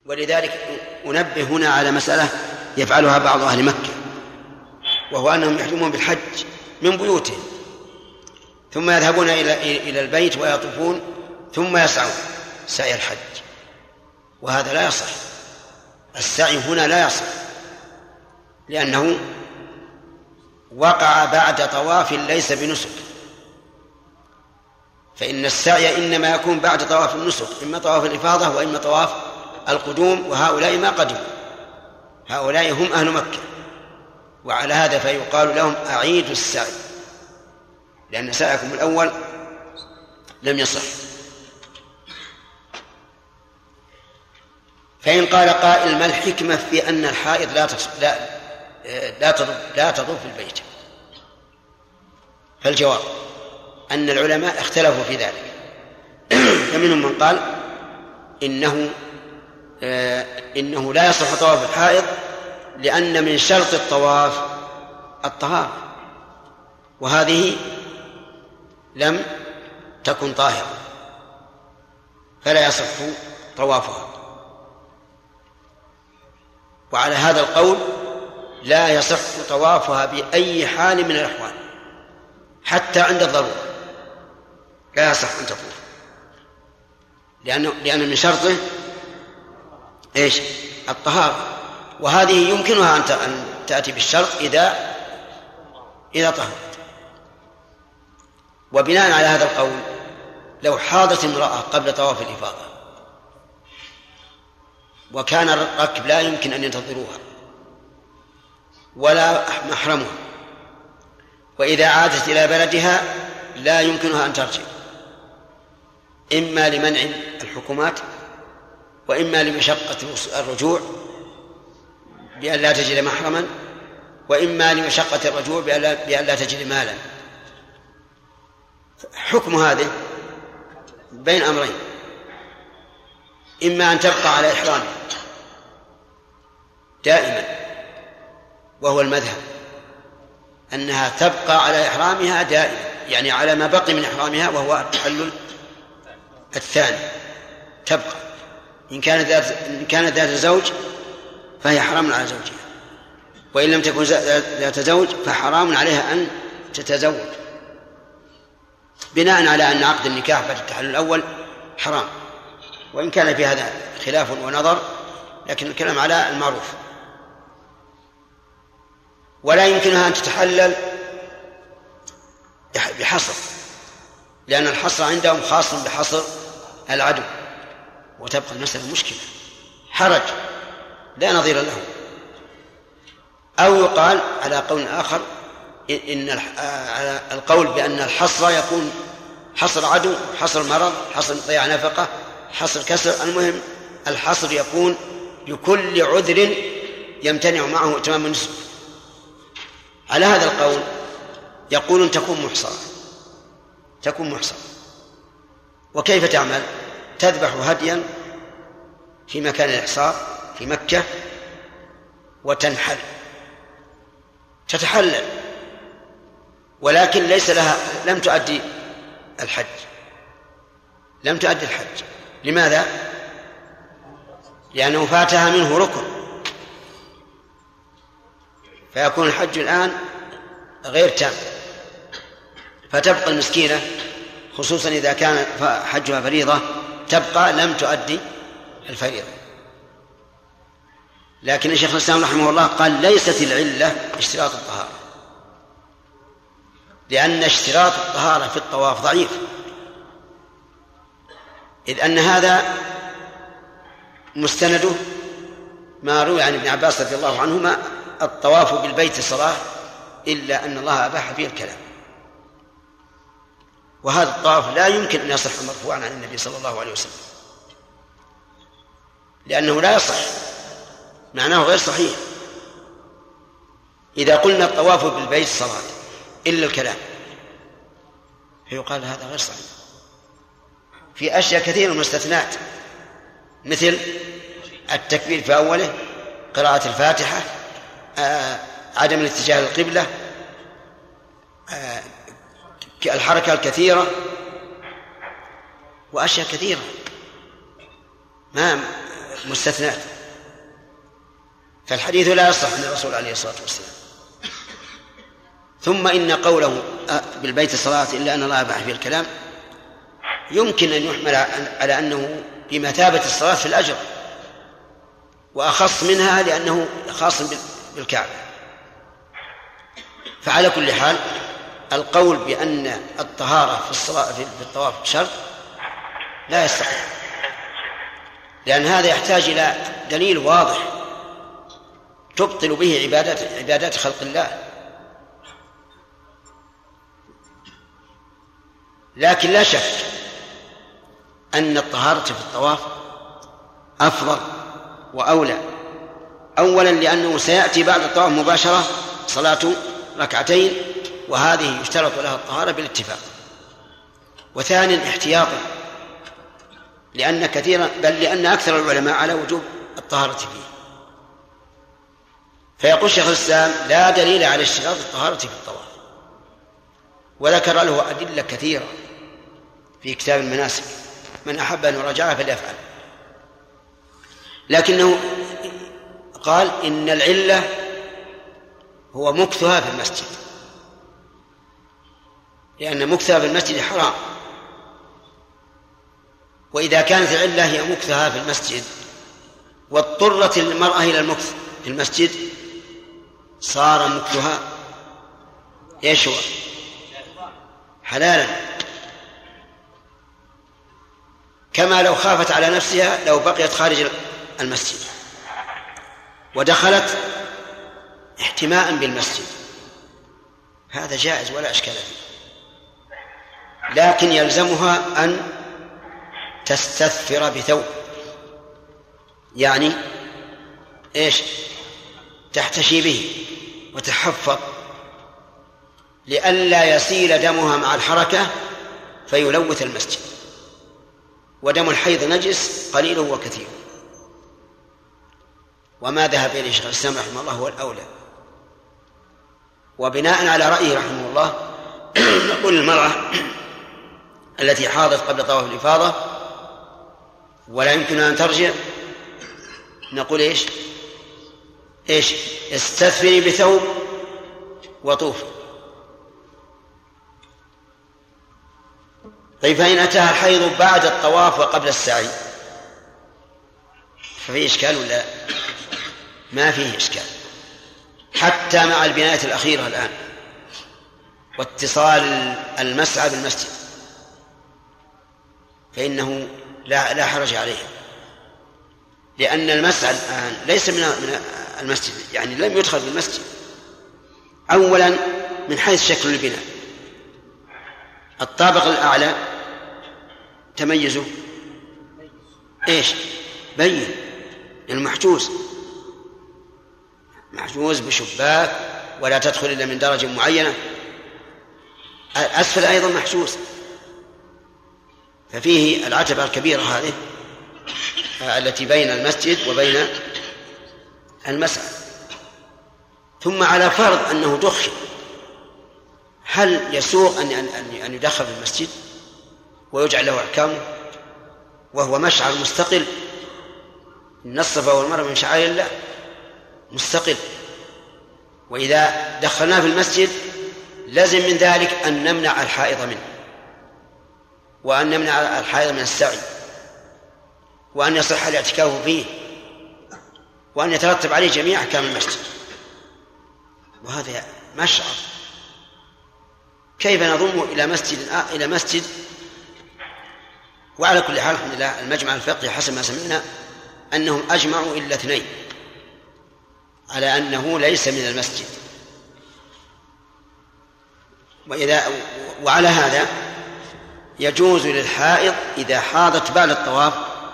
ولذلك أنبه هنا على مسألة يفعلها بعض أهل مكة، وهو أنهم يحرمون بالحج من بيوتهم ثم يذهبون إلى البيت ويطوفون ثم يسعون سعي الحج، وهذا لا يصح. السعي هنا لا يصح لأنه وقع بعد طواف ليس بنسك، فإن السعي إنما يكون بعد طواف النسك، إما طواف الإفاضة وإما طواف القدوم، وهؤلاء ما قدموا، هؤلاء هم أهل مكة، وعلى هذا فيقال لهم أعيدوا السعي لأن سعيكم الأول لم يصح. فإن قال قائل ما الحكمة في أن الحائض لا تطوف البيت؟ فالجواب أن العلماء اختلفوا في ذلك، فمنهم من قال إنه لا يصح طواف الحائض لأن من شرط الطواف الطهارة، وهذه لم تكن طاهرة فلا يصح طوافها. وعلى هذا القول لا يصح طوافها بأي حال من الأحوال، حتى عند الضرورة لا يصح أن تطوف، لأن من شرطه إيش؟ الطهارة، وهذه يمكنها أن تأتي بالشرط إذا طهرت. وبناء على هذا القول لو حاضت امرأة قبل طواف الإفاضة وكان الركب لا يمكن أن ينتظروها ولا محرمها، وإذا عادت إلى بلدها لا يمكنها أن ترجع، إما لمنع الحكومات وإما لمشقة الرجوع بأن لا تجد محرما، وإما لمشقة الرجوع بأن لا تجد مالا. حكم هذه بين أمرين، إما أن تبقى على إحرامها دائما، وهو المذهب أنها تبقى على إحرامها دائما، يعني على ما بقي من إحرامها وهو التحلل الثاني تبقى. إن كانت ذات زوج فهي حرام على زوجها، وإن لم تكن ذات زوج فحرام عليها أن تتزوج، بناء على أن عقد النكاح بعد التحلل الأول حرام، وإن كان في هذا خلاف ونظر، لكن الكلام على المعروف. ولا يمكنها أن تتحلل بحصر، لأن الحصر عندهم خاص بحصر العدو، وتبقى المسألة مشكلة حرج لا نظير له. أو يقال على قول آخر إن القول بأن الحصر يكون حصر عدو، حصر مرض، حصر ضياع نفقة، حصر كسر، المهم الحصر يكون لكل عذر يمتنع معه إتمام النسك. على هذا القول يقولون تكون محصرة. وكيف تعمل؟ تذبح هديا في مكان الإحصار في مكة وتنحل، تتحلل، ولكن ليس لها، لم تؤدي الحج. لماذا؟ لأنه فاتها منه ركن، فيكون الحج الآن غير تام، فتبقى المسكينة خصوصا إذا كان حجها فريضة تبقى لم تؤدي الفريضة. لكن الشيخ الإسلام رحمه الله قال ليست العلة اشتراط الطهارة، لأن اشتراط الطهارة في الطواف ضعيف، إذ أن هذا مستنده ما روي عن ابن عباس رضي الله عنهما: الطواف بالبيت صلاة إلا أن الله أباح فيه الكلام. وهذا الطواف لا يمكن أن يصح مرفوعا عن النبي صلى الله عليه وسلم، لأنه لا يصح، معناه غير صحيح. إذا قلنا الطواف بالبيت صلاة إلا الكلام فيقال هذا غير صحيح. في أشياء كثيرة مستثنات، مثل التكبير في أوله، قراءة الفاتحة، عدم الاتجاه للقبلة، الحركة الكثيرة، وأشياء كثيرة ما مستثنات، فالحديث لا يصح عن الرسول عليه الصلاة والسلام. ثم إن قوله بالبيت صلاة إلا أن الله يباح فيه الكلام يمكن أن يحمل على أنه بمثابة الصلاة في الأجر، وأخص منها لأنه خاص بالكعبة. فعلى كل حال القول بأن الطهارة في الصلاة في الطواف شرط لا يستطيع، لأن هذا يحتاج إلى دليل واضح تبطل به عبادات خلق الله. لكن لا شك أن الطهارة في الطواف أفضل وأولى، أولا لأنه سيأتي بعد الطواف مباشرة صلاة ركعتين، وهذه يشترط لها الطهارة بالاتفاق. وثانيا احتياطا، لأن أكثر العلماء على وجوب الطهارة فيه. فيقول شيخ الإسلام لا دليل على اشتراط الطهارة في الطواف، وذكر له أدلة كثيرة في كتاب المناسك، من أحب أن يراجعها فليفعل. لكنه قال إن العلة هو مكثها في المسجد، لأن مكثها في المسجد حرام، وإذا كانت العلة هي مكثها في المسجد واضطرت المرأة إلى المكث في المسجد صار مكثها ايش هو؟ حلالا، كما لو خافت على نفسها لو بقيت خارج المسجد ودخلت احتماء بالمسجد، هذا جائز ولا إشكال فيه. لكن يلزمها أن تستثفر بثوب، يعني ايش؟ تحتشي به وتحفظ لئلا يسيل دمها مع الحركة فيلوث المسجد، ودم الحيض نجس قليله وكثيره. وما ذهب إليه شيخ الإسلام رحمه الله هو الأولى. وبناء على رأيه رحمه الله نقول المرأة التي حاضت قبل طواف الإفاضة ولا يمكن أن ترجع، نقول إيش استثفري بثوب وطوفي. طيب فإن أتاها الحيض بعد الطواف وقبل السعي ففي إشكال ولا ما فيه إشكال؟ حتى مع البناية الأخيرة الآن واتصال المسعى بالمسجد فإنه لا حرج عليه، لأن المسعى الآن ليس من المسجد، يعني لم يدخل بالمسجد. أولا من حيث شكل البناء، الطابق الأعلى تميزه إيش؟ بين المحجوز بشباك ولا تدخل إلا من درجة معينة، أسفل أيضا محجوز، ففيه العتبة الكبيرة هذه التي بين المسجد وبين المسعى. ثم على فرض أنه دخل، هل يسوغ أن يدخل في المسجد ويجعل له أحكامه وهو مشعر مستقل؟ إن الصفا والمروة من شعائر الله مستقل، وإذا دخلناه في المسجد لازم من ذلك أن نمنع الحائض منه، وأن نمنع الحائض من السعي، وأن يصح الاعتكاف فيه، وأن يترتب عليه جميع أحكام المسجد. وهذا مشعر، كيف نضم إلى مسجد؟ وعلى كل حال الحمد لله المجمع الفقهي حسب ما سمعنا أنهم أجمعوا إلا 2 على أنه ليس من المسجد. وعلى هذا يجوز للحائض إذا حاضت بعد الطواف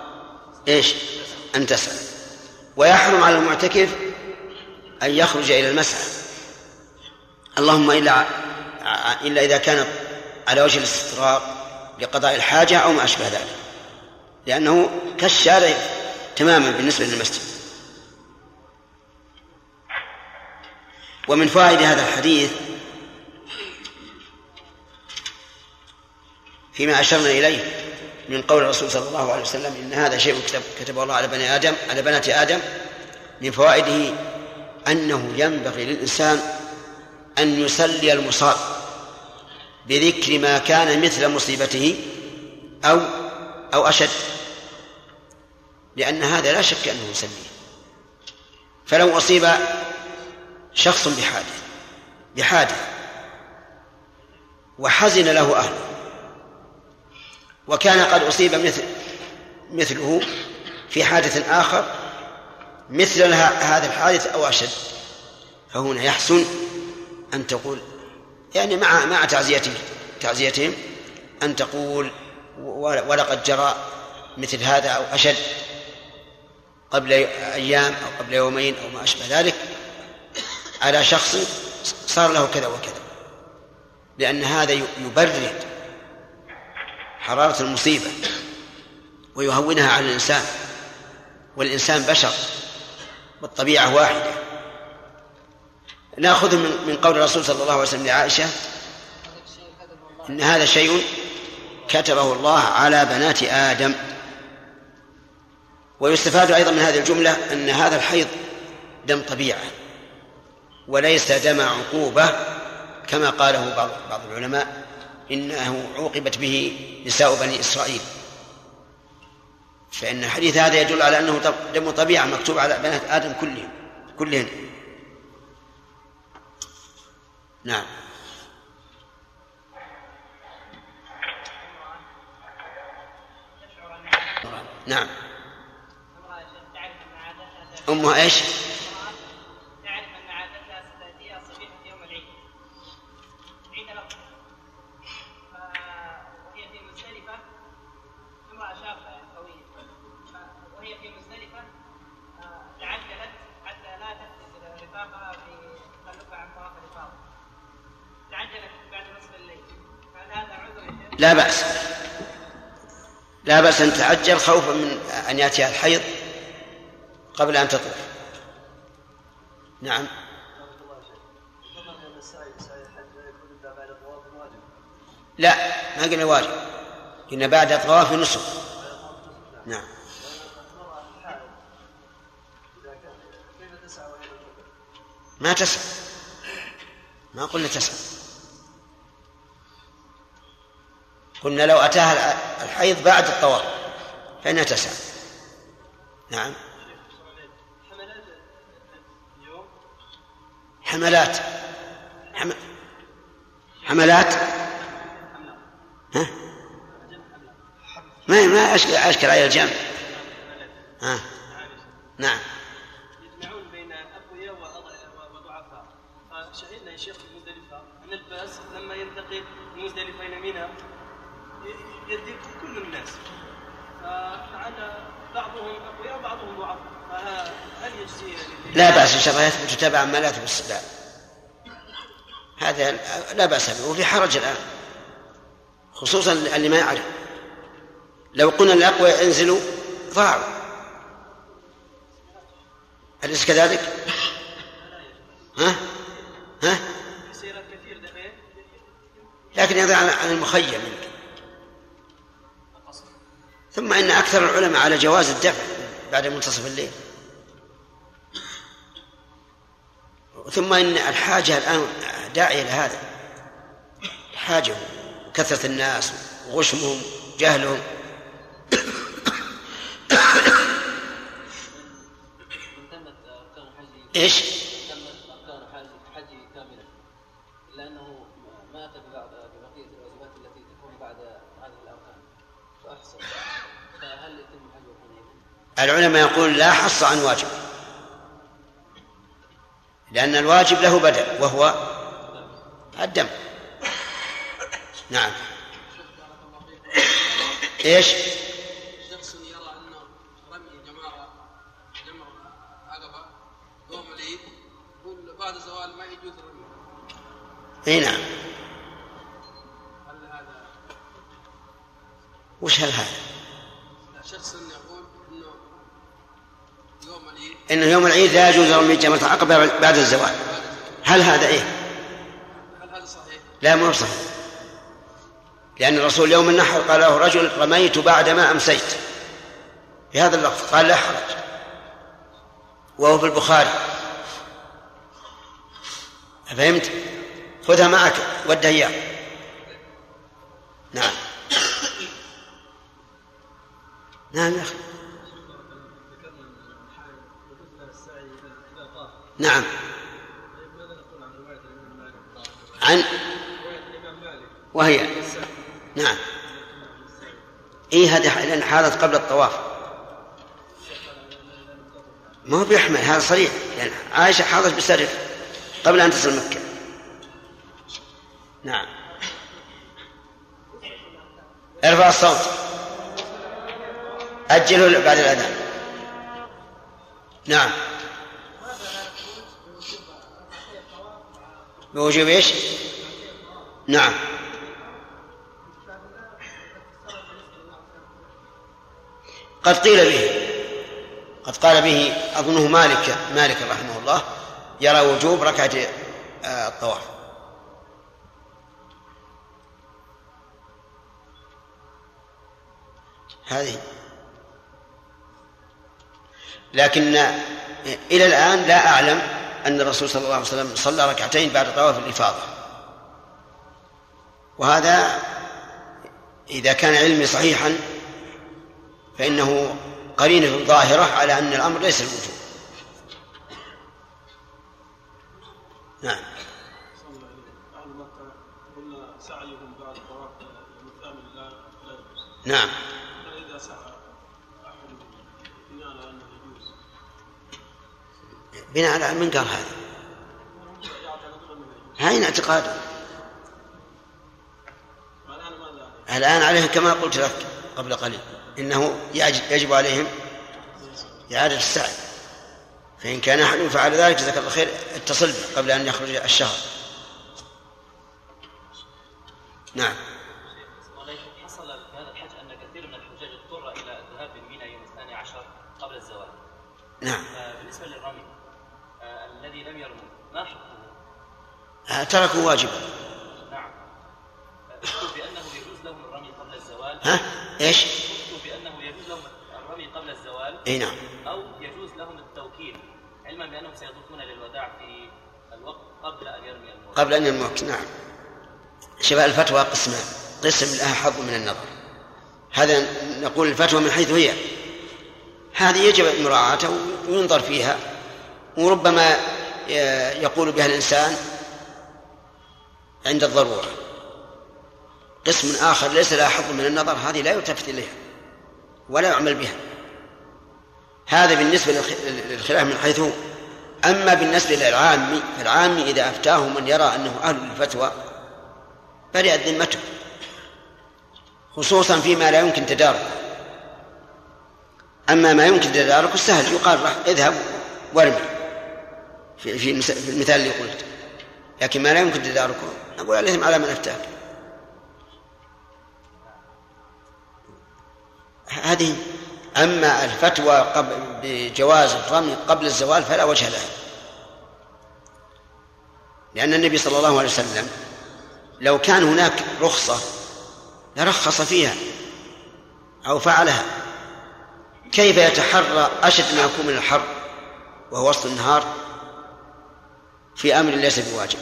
أن تسعى، ويحرم على المعتكف أن يخرج إلى المسعى، اللهم إلا إذا كانت على وجه الاستطراق لقضاء الحاجة أو ما أشبه ذلك، لأنه كالشارع تماما بالنسبة للمسجد. ومن فوائد هذا الحديث فيما أشرنا إليه من قول الرسول صلى الله عليه وسلم إن هذا شيء كتبه الله على بني آدم على بنات آدم، من فوائده أنه ينبغي للإنسان أن يسلي المصاب بذكر ما كان مثل مصيبته أو أشد، لأن هذا لا شك أنه يسليه. فلو أصيب شخص بحادث وحزن له أهله، وكان قد أصيب مثله في حادث آخر مثل هذا الحادث أو أشد، فهنا يحسن أن تقول يعني مع تعزيتهم أن تقول ولقد جرى مثل هذا أو أشد قبل أيام أو قبل يومين أو ما أشبه ذلك على شخص صار له كذا وكذا، لأن هذا يبرد حرارة المصيبة ويهونها على الإنسان، والإنسان بشر والطبيعة واحدة. نأخذ من قول الرسول صلى الله عليه وسلم لعائشة إن هذا شيء كتبه الله على بنات آدم. ويستفاد أيضا من هذه الجملة أن هذا الحيض دم طبيعة وليس دم عقوبة كما قاله بعض العلماء إنه عوقبت به نساء بني إسرائيل، فإن الحديث هذا يدل على أنه دم طبيعة مكتوب على بنات آدم كلهن. نعم. نعم. أمها إيش؟ تعرف أن عادتها ستأتيها صبيحة يوم العيد، عيد الأضحى، وهي في مزدلفة، امرأة شابة قوية، وهي في مزدلفة تعجلت حتى لا تفقد رفاقها في تخلفها عن طواف الإفاضة، تعجلت بعد نصف الليل، فهل هذا عذر؟ لا بأس أن تعجل خوفا من أن يأتيها الحيض قبل أن تطوف. نعم. لا، ما قلنا واجب، قلنا بعد الطواف نصف. نعم. ما تسع، ما قلنا تسع، قلنا لو أتاها الحيض بعد الطواف فإنها تسع. نعم. حملات ها؟ ما أشكل على الجمع. نعم. يجمعون بين أقوياء وضعفاء، فشهدنا يا شيخ في مزدلفة أن الباس لما ينتقل مزدلفة إلى منى يدرك كل الناس، فلعل بعضهم أقوياء وبعضهم ضعفاء، فهل يجزي؟ لا بأس إن شاء الله يثبت تبعا ما لا تبص، هذا لا بأس به. وفي حرج الآن خصوصا اللي ما يعرف، لو قلنا الأقوى انزلوا ضاعوا، أليس كذلك؟ ها؟ لكن يضع عن المخيم منك. ثم إن أكثر العلماء على جواز الدفع بعد منتصف الليل. ثم إن الحاجة الآن داعية لهذا، حاجة وكثرة الناس وغشمهم جهلهم. إيش؟ أركان حج كاملة، لأنه ما أتى ببقية الواجبات التي تكون بعد هذه الأركان فأحسن، فهل يتم حجه حينئذ؟ العلماء يقول لا حص عن واجب، لأن الواجب له بدل وهو الدم. نعم. إيش؟ شخص يرى أنه رمي جمر عقبة يوم العيد يقول بعد زوال ما يجوز رميه. اي نعم. هل هذا وش هل هذا؟ شخص يقول انه يوم العيد يوم العيد لا يجوز رمي جمرة العقبة بعد لأن الرسول يوم النحر قال له رجل رميت بعدما أمسيت بهذا اللفظ، قال لا حرج، وهو في البخاري. فهمت؟ خذها معك ودها إياه. نعم نعم يا أخي. نعم. عن وهي نعم هذه لأن حالت قبل الطواف، ما هو بيحمل، هذا صريح، يعني عائشة حاضت بسرف قبل أن تصل مكة. نعم. ارفع الصوت، أجله بعد الأذان. نعم. بوجوب ايش؟ نعم. قد قال به أظنه مالك رحمه الله يرى وجوب ركعة الطواف. هذه، لكن إلى الآن لا أعلم أن الرسول صلى الله عليه وسلم صلى ركعتين بعد طواف الإفاضة، وهذا إذا كان علمي صحيحا فإنه قرينة ظاهرة على أن الأمر ليس الوجوب. نعم. نعم. بناء على من قال هذا؟ هاين اعتقاده الآن عليهم كما قلت لك قبل قليل إنه يجب عليهم إعادة السعي، فإن كان أحد فعل ذلك جزاك الله خير اتصل به قبل أن يخرج الشهر. نعم. حصل في هذا الحج أن كثير من الحجاج اضطر إلى الذهاب من منى يوم 12 قبل الزوال. نعم. بالنسبة للرمي الذي لم يرمي ما حكمه؟ تركوا واجبا. نعم. قلت بأنه يجوز لهم الرمي قبل الزوال. إيش؟ قلت بأنه يجوز لهم الرمي قبل الزوال. أي نعم. أو يجوز لهم التوكيل علما بأنهم سيطوفون للوداع في الوقت قبل أن يرمي الموت. قبل أن يرمي. نعم. شباب الفتوى قسمان، قسم لها حظ من النظر. هذا نقول الفتوى من حيث هي، هذه يجب مراعاته وينظر فيها، وربما يقول بها الإنسان عند الضرورة. قسم آخر ليس لها حظ من النظر، هذه لا يلتفت إليها ولا يعمل بها. هذا بالنسبة للخلاف من حيث هو. أما بالنسبة للعامي فالعامي إذا أفتاه من يرى أنه أهل الفتوى برئت ذمته، خصوصا فيما لا يمكن تداركه. أما ما يمكن تداركه سهل، يقال راح اذهب وارمي في المثال اللي قلت، لكن ما لا يمكن تداركه نقول عليهم على من أفتاك. هذه. أما الفتوى بجواز الرمي قبل الزوال فلا وجه لها، لأن النبي صلى الله عليه وسلم لو كان هناك رخصة لرخص فيها أو فعلها. كيف يتحرى أشد ما يكون من الحر وهو وسط النهار في أمر ليس بواجب؟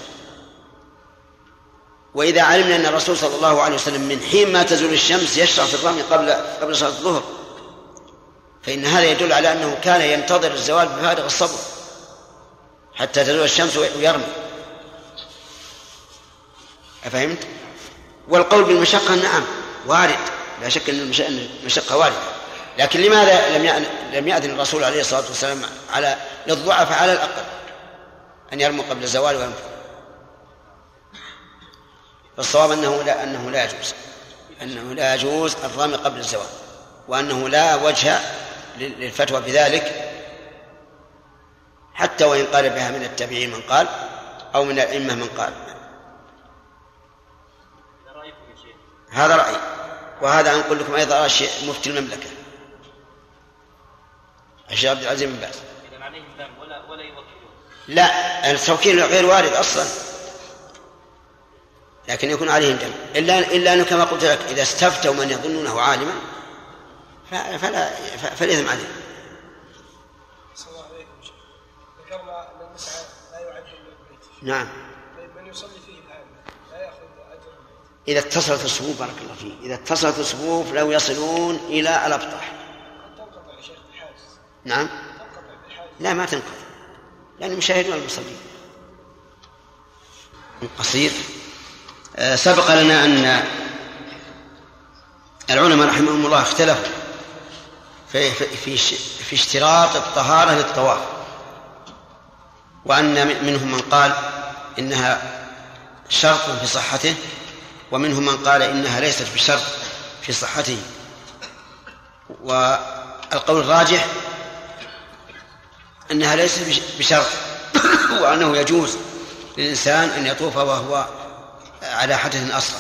وإذا علمنا أن الرسول صلى الله عليه وسلم من حين ما تزول الشمس يشرع في الرمي قبل صلاة الظهر، فإن هذا يدل على أنه كان ينتظر الزوال بفارغ الصبر حتى تزول الشمس ويرمي. أفهمت؟ والقول بالمشقة نعم وارد، لا شك أن المشقة واردة، لكن لماذا لم يأذن الرسول عليه الصلاة والسلام للضعفاء على الأقل أن يرموا قبل الزوال وينفر؟ فالصواب أنه لا يجوز الرمي قبل الزوال، وأنه لا وجه للفتوى بذلك، حتى وإن قال بها من التابعين من قال أو من الأئمة من قال. هذا رأي، وهذا أنقل لكم أيضا رأي مفتي المملكة الشيخ عبد العزيز بن باز. إذا عليهم ذنب ولا يوكلون؟ لا، التوكيل غير وارد أصلا. لكن يكون عليهم دم، إلا أنه كما قلت لك إذا استفتوا من يظنونه عالما فالإثم عليه. صلى الله عليه وسلم. ذكرنا أن المسعى لا يعد من البيت. نعم. من يصلي فيه الآن لا يأخذ أجر البيت. إذا اتصلت الصفوف بارك الله فيه، إذا اتصلت الصفوف لو يصلون إلى الأبطح. تنقطع يا شيخ بالحاجز. نعم. تنقطع بالحاجز. لا ما تنقطع، لأنهم يشاهدون المصلين. قصير. سبق لنا أن العلماء رحمهم الله اختلفوا في اشتراط الطهارة للطواف، وأن منهم من قال إنها شرط في صحته، ومنهم من قال إنها ليست بشرط في صحته. والقول الراجح أنها ليست بشرط وأنه يجوز للإنسان أن يطوف وهو على حدث أصغر.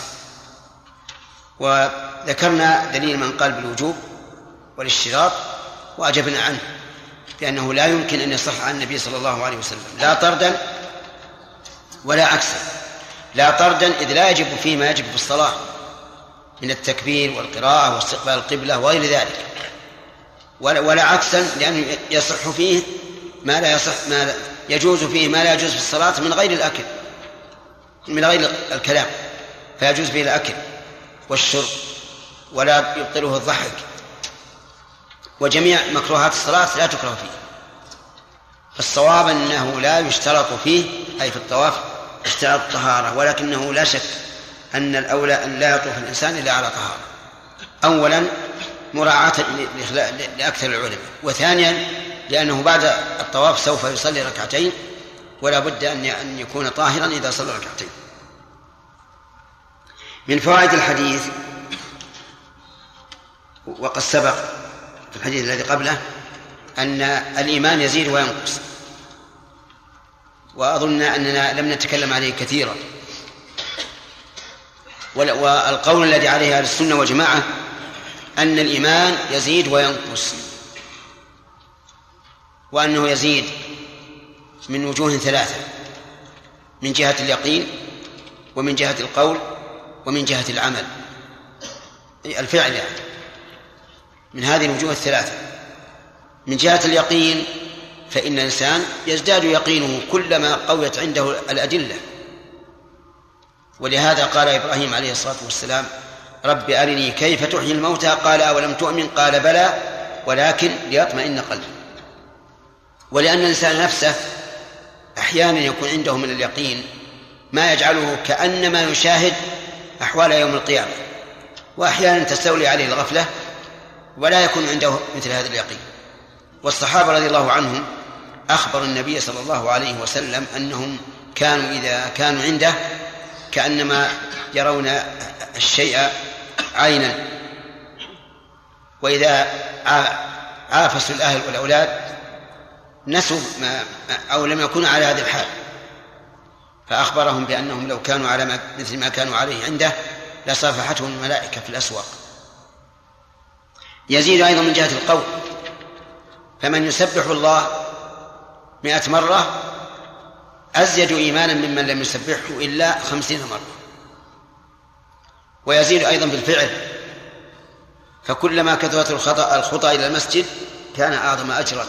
وذكرنا دليل من قال بالوجوب والاشتراط وأجبنا عنه، لأنه لا يمكن أن يصح عن النبي صلى الله عليه وسلم لا طردا ولا عكسا. لا طردا إذ لا يجب فيه ما يجب في الصلاة من التكبير والقراءة واستقبال القبلة وغير ذلك، ولا عكسا لأنه يصح فيه ما لا يصح، ما يجوز فيه ما لا يجوز في الصلاة من غير الأكل، من غير الكلام، فيجوز فيه الأكل والشرب ولا يبطله الضحك، وجميع مكروهات الصلاة لا تكره فيه. فالصواب أنه لا يشترط فيه أي في الطواف اشتراط الطهارة، ولكنه لا شك أن الأولى أن لا يطوف الإنسان إلا على طهارة، أولا مراعاة لأكثر العلماء، وثانيا لأنه بعد الطواف سوف يصلي ركعتين ولا بد أن يكون طاهرا إذا صلى ركعتين. من فوائد الحديث وقد سبق في الحديث الذي قبله أن الإيمان يزيد وينقص، وأظن أننا لم نتكلم عليه كثيرا. والقول الذي عليه أهل السنة والجماعة أن الإيمان يزيد وينقص، وأنه يزيد من وجوه ثلاثة: من جهة اليقين، ومن جهة القول، ومن جهة العمل الفعل، يعني من هذه الوجوه الثلاثة. من جهة اليقين فإن الإنسان يزداد يقينه كلما قويت عنده الأدلة، ولهذا قال إبراهيم عليه الصلاة والسلام: رب أرني كيف تحيي الموتى، قال أولم تؤمن، قال بلى ولكن ليطمئن قلبي. ولأن الإنسان نفسه أحيانا يكون عنده من اليقين ما يجعله كأنما يشاهد أحوال يوم القيامة، وأحيانا تستولي عليه الغفلة ولا يكون عنده مثل هذا اليقين. والصحابة رضي الله عنهم أخبر النبي صلى الله عليه وسلم أنهم كانوا إذا كانوا عنده كأنما يرون الشيء عينا، وإذا عافسوا الأهل والأولاد نسوا أو لم يكونوا على هذا الحال، فأخبرهم بأنهم لو كانوا على مثل ما كانوا عليه عنده لصافحتهم الملائكة في الأسواق. يزيد أيضا من جهة القول، فمن يسبح الله 100 مرة أزيد إيمانا ممن لم يسبحه إلا 50 مرة. ويزيد أيضا بالفعل، فكلما كثرت الخطأ إلى المسجد كان أعظم أجرا،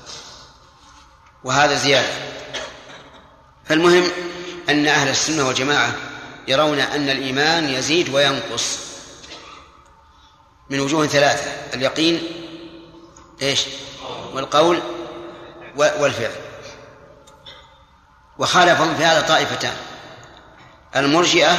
وهذا زيادة. فالمهم أن أهل السنة والجماعة يرون أن الإيمان يزيد وينقص من وجوه ثلاثة: اليقين والقول والفعل. وخالفهم في هذا طائفتان: المرجئة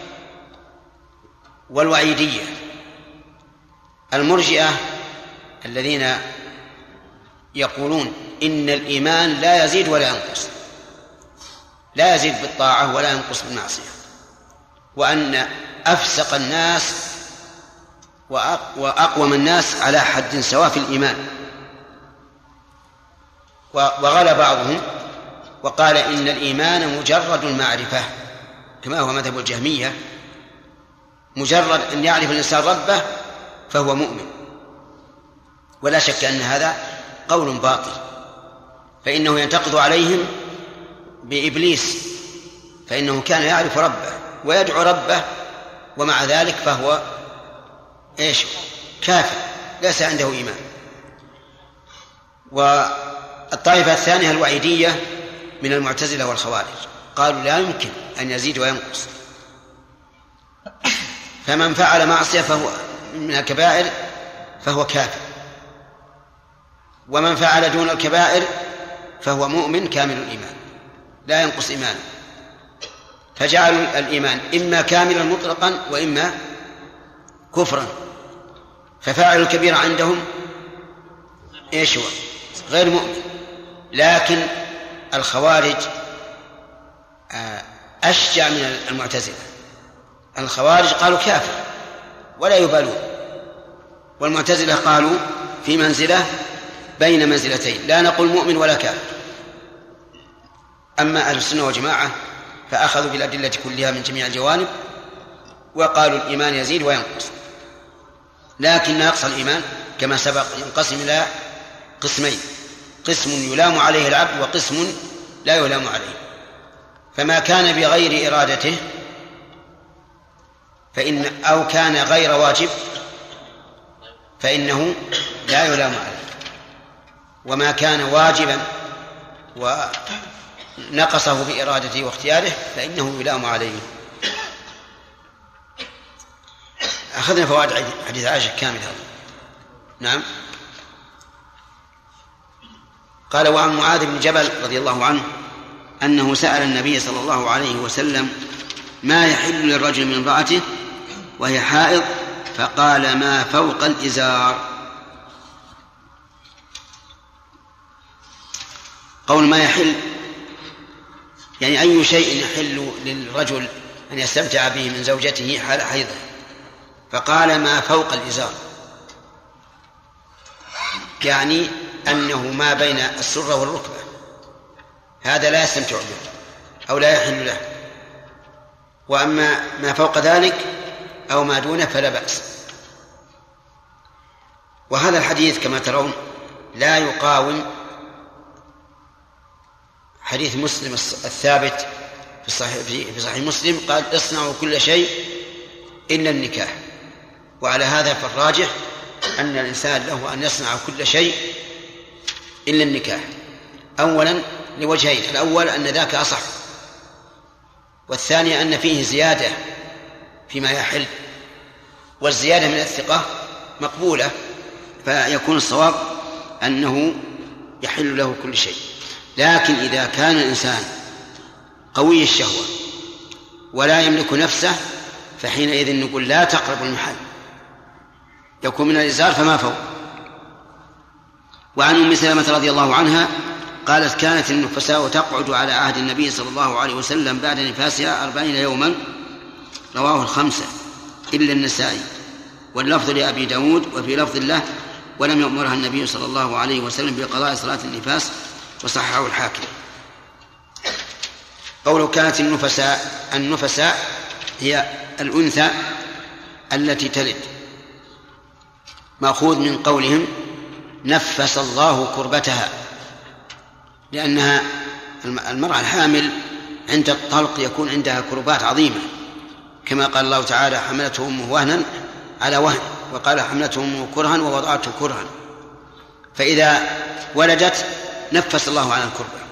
والوعيدية. المرجئة الذين يقولون إن الإيمان لا يزيد ولا ينقص، لا يزيد بالطاعة ولا ينقص بالمعصية، وأن أفسق الناس وأقوم الناس على حد سواء في الإيمان. وغلى بعضهم وقال إن الإيمان مجرد المعرفة، كما هو مذهب الجهمية، مجرد أن يعرف الإنسان ربه فهو مؤمن. ولا شك أن هذا قول باطل، فإنه ينتقض عليهم بإبليس، فإنه كان يعرف ربه ويدعو ربه ومع ذلك فهو إيش؟ كافر ليس عنده إيمان. والطائفة الثانية الوعيدية من المعتزلة والخوارج قالوا لا يمكن أن يزيد وينقص، فمن فعل معصية فهو من الكبائر فهو كافر، ومن فعل دون الكبائر فهو مؤمن كامل الإيمان لا ينقص إيمانه، فجعلوا الإيمان إما كاملا مطلقا وإما كفرا. ففاعل الكبيرة عندهم إيش هو؟ غير مؤمن. لكن الخوارج أشجع من المعتزلة. الخوارج قالوا كافر ولا يبالون، والمعتزلة قالوا في منزلة بين منزلتين، لا نقول مؤمن ولا كافر. أما أهل السنة والجماعة فأخذوا بالأدلة كلها من جميع الجوانب وقالوا الإيمان يزيد وينقص، لكن نقص الإيمان كما سبق ينقسم إلى قسمين: قسم يلام عليه العبد وقسم لا يلام عليه. فما كان بغير إرادته أو كان غير واجب فإنه لا يلام عليه، وما كان واجبا ونقصه بإرادته واختياره فإنه يلام عليه. أخذنا فوائد حديث عائشة كامل هذا. نعم. قال: وعن معاذ بن جبل رضي الله عنه أنه سأل النبي صلى الله عليه وسلم ما يحل للرجل من امرأته وهي حائض، فقال: ما فوق الإزار. قول ما يحل يعني أي شيء يحل للرجل أن يستمتع به من زوجته حال حيضه، فقال: ما فوق الإزار، يعني أنه ما بين السرة والركبة هذا لا يستمتع به أو لا يحل له، وأما ما فوق ذلك أو ما دونه فلا بأس. وهذا الحديث كما ترون لا يقاوم حديث مسلم الثابت في صحيح مسلم قال: اصنعوا كل شيء إلا النكاح. وعلى هذا فالراجح أن الإنسان له أن يصنع كل شيء إلا النكاح، أولا لوجهين: الأول أن ذاك أصح، والثاني أن فيه زيادة فيما يحل، والزيادة من الثقة مقبولة، فيكون الصواب أنه يحل له كل شيء. لكن إذا كان الإنسان قوي الشهوة ولا يملك نفسه فحينئذ نقول لا تقرب المحل، يكون من الإزار فما فوق. وعن أم سلمة رضي الله عنها قالت: كانت النفساء تقعد على عهد النبي صلى الله عليه وسلم بعد نفاسها 40 يوما، رواه الخمسة إلا النسائي، واللفظ لأبي داود، وفي لفظ الله: ولم يأمرها النبي صلى الله عليه وسلم بقضاء صلاة النفاس، وصححه الحاكم. قوله كانت النفساء هي الأنثى التي تلد، مأخوذ من قولهم نفس الله كربتها، لأنها المرأة الحامل عند الطلق يكون عندها كربات عظيمة، كما قال الله تعالى: حملته أمه وهنا على وهن، وقال: حملته أمه كرها ووضعته كرها. فإذا ولدت نفس الله عن الكربة.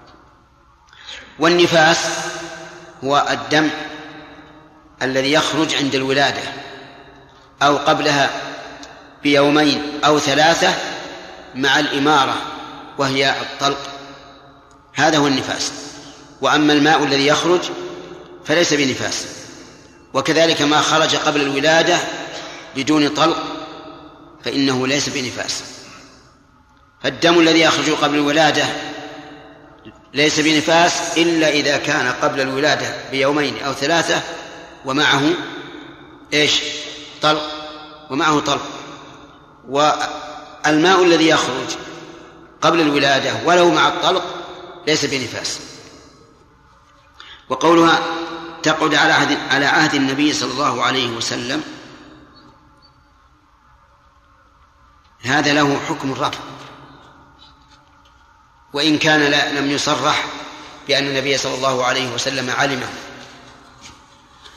والنفاس هو الدم الذي يخرج عند الولادة أو قبلها بيومين أو 3 مع الإمارة وهي الطلق، هذا هو النفاس. وأما الماء الذي يخرج فليس بنفاس، وكذلك ما خرج قبل الولادة بدون طلق فإنه ليس بنفاس. فالدم الذي يخرج قبل الولادة ليس بنفاس إلا إذا كان قبل الولادة بيومين أو 3 ومعه طلق، ومعه طلق. والماء الذي يخرج قبل الولادة ولو مع الطلق ليس بنفاس. وقولها تقعد على عهد النبي صلى الله عليه وسلم، هذا له حكم الرفع، وإن كان لم يصرح بأن النبي صلى الله عليه وسلم علمه،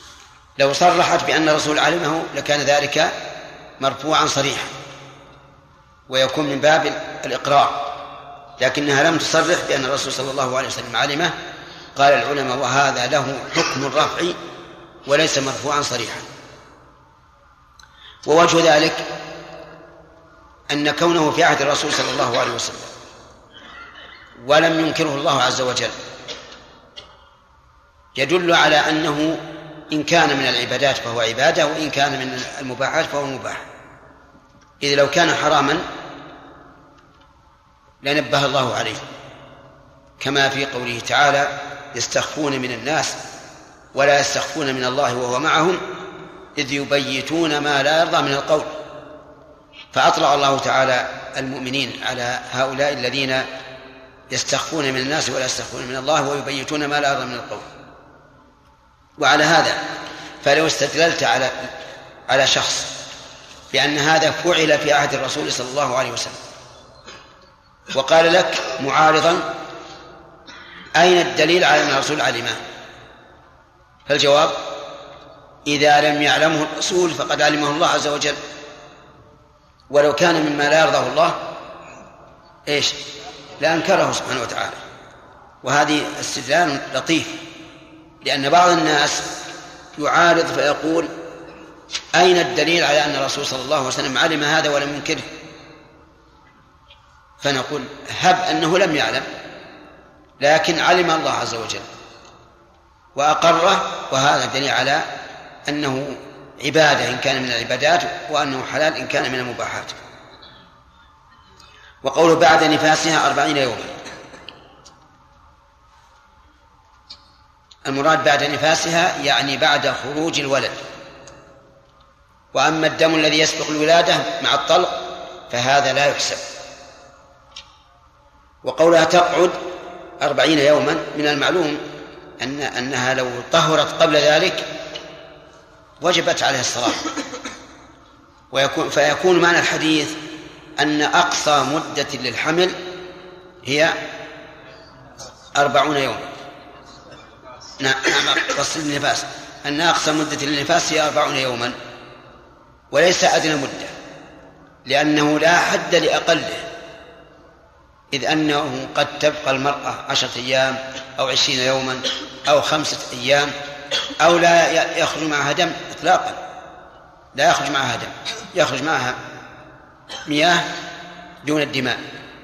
لو صرحت بأن الرسول علمه لكان ذلك مرفوعا صريحا ويكون من باب الإقرار، لكنها لم تصرح بأن الرسول صلى الله عليه وسلم علمه. قال العلماء وهذا له حكم الرفع وليس مرفوعا صريحا. ووجه ذلك أن كونه في عهد الرسول صلى الله عليه وسلم ولم ينكره الله عز وجل يدل على أنه إن كان من العبادات فهو عبادة، وإن كان من المباحات فهو مباح. إذ لو كان حراما لنبه الله عليه، كما في قوله تعالى يستخفون من الناس ولا يستخفون من الله وهو معهم إذ يبيتون ما لا يرضى من القول. فأطلع الله تعالى المؤمنين على هؤلاء الذين يستخفون من الناس ولا يستخفون من الله ويبيتون ما لا يرضى من القول. وعلى هذا فلو استدللت على شخص بأن هذا فعل في عهد الرسول صلى الله عليه وسلم وقال لك معارضا أين الدليل على أن الرسول علمه؟ فالجواب إذا لم يعلمه الرسول فقد علمه الله عز وجل، ولو كان مما لا يرضاه الله لأنكره سبحانه وتعالى. وهذه استدلال لطيف، لأن بعض الناس يعارض فيقول أين الدليل على أن الرسول صلى الله عليه وسلم علم هذا ولم ينكره؟ فنقول هب أنه لم يعلم لكن علم الله عز وجل وأقره، وهذا دليل على أنه عبادة إن كان من العبادات وأنه حلال إن كان من المباحات. وقوله بعد نفاسها 40 يوما، المراد بعد نفاسها يعني بعد خروج الولد. وأما الدم الذي يسبق الولادة مع الطلق فهذا لا يحسب. وقولها تقعد 40 يوما من المعلوم أنها لو طهرت قبل ذلك وجبت عليها الصلاة. فيكون معنى الحديث أن أقصى مدة للحمل هي 40 يوما. نعم، قصد النفاس أن أقصى مدة للنفاس هي 40 يوما وليس أدنى مدة، لأنه لا حد لأقله، إذ أنه قد تبقى المرأة 10 أيام أو 20 يوما أو 5 أيام أو لا يخرج معها دم إطلاقا، لا يخرج معها دم، يخرج معها مياه دون الدماء.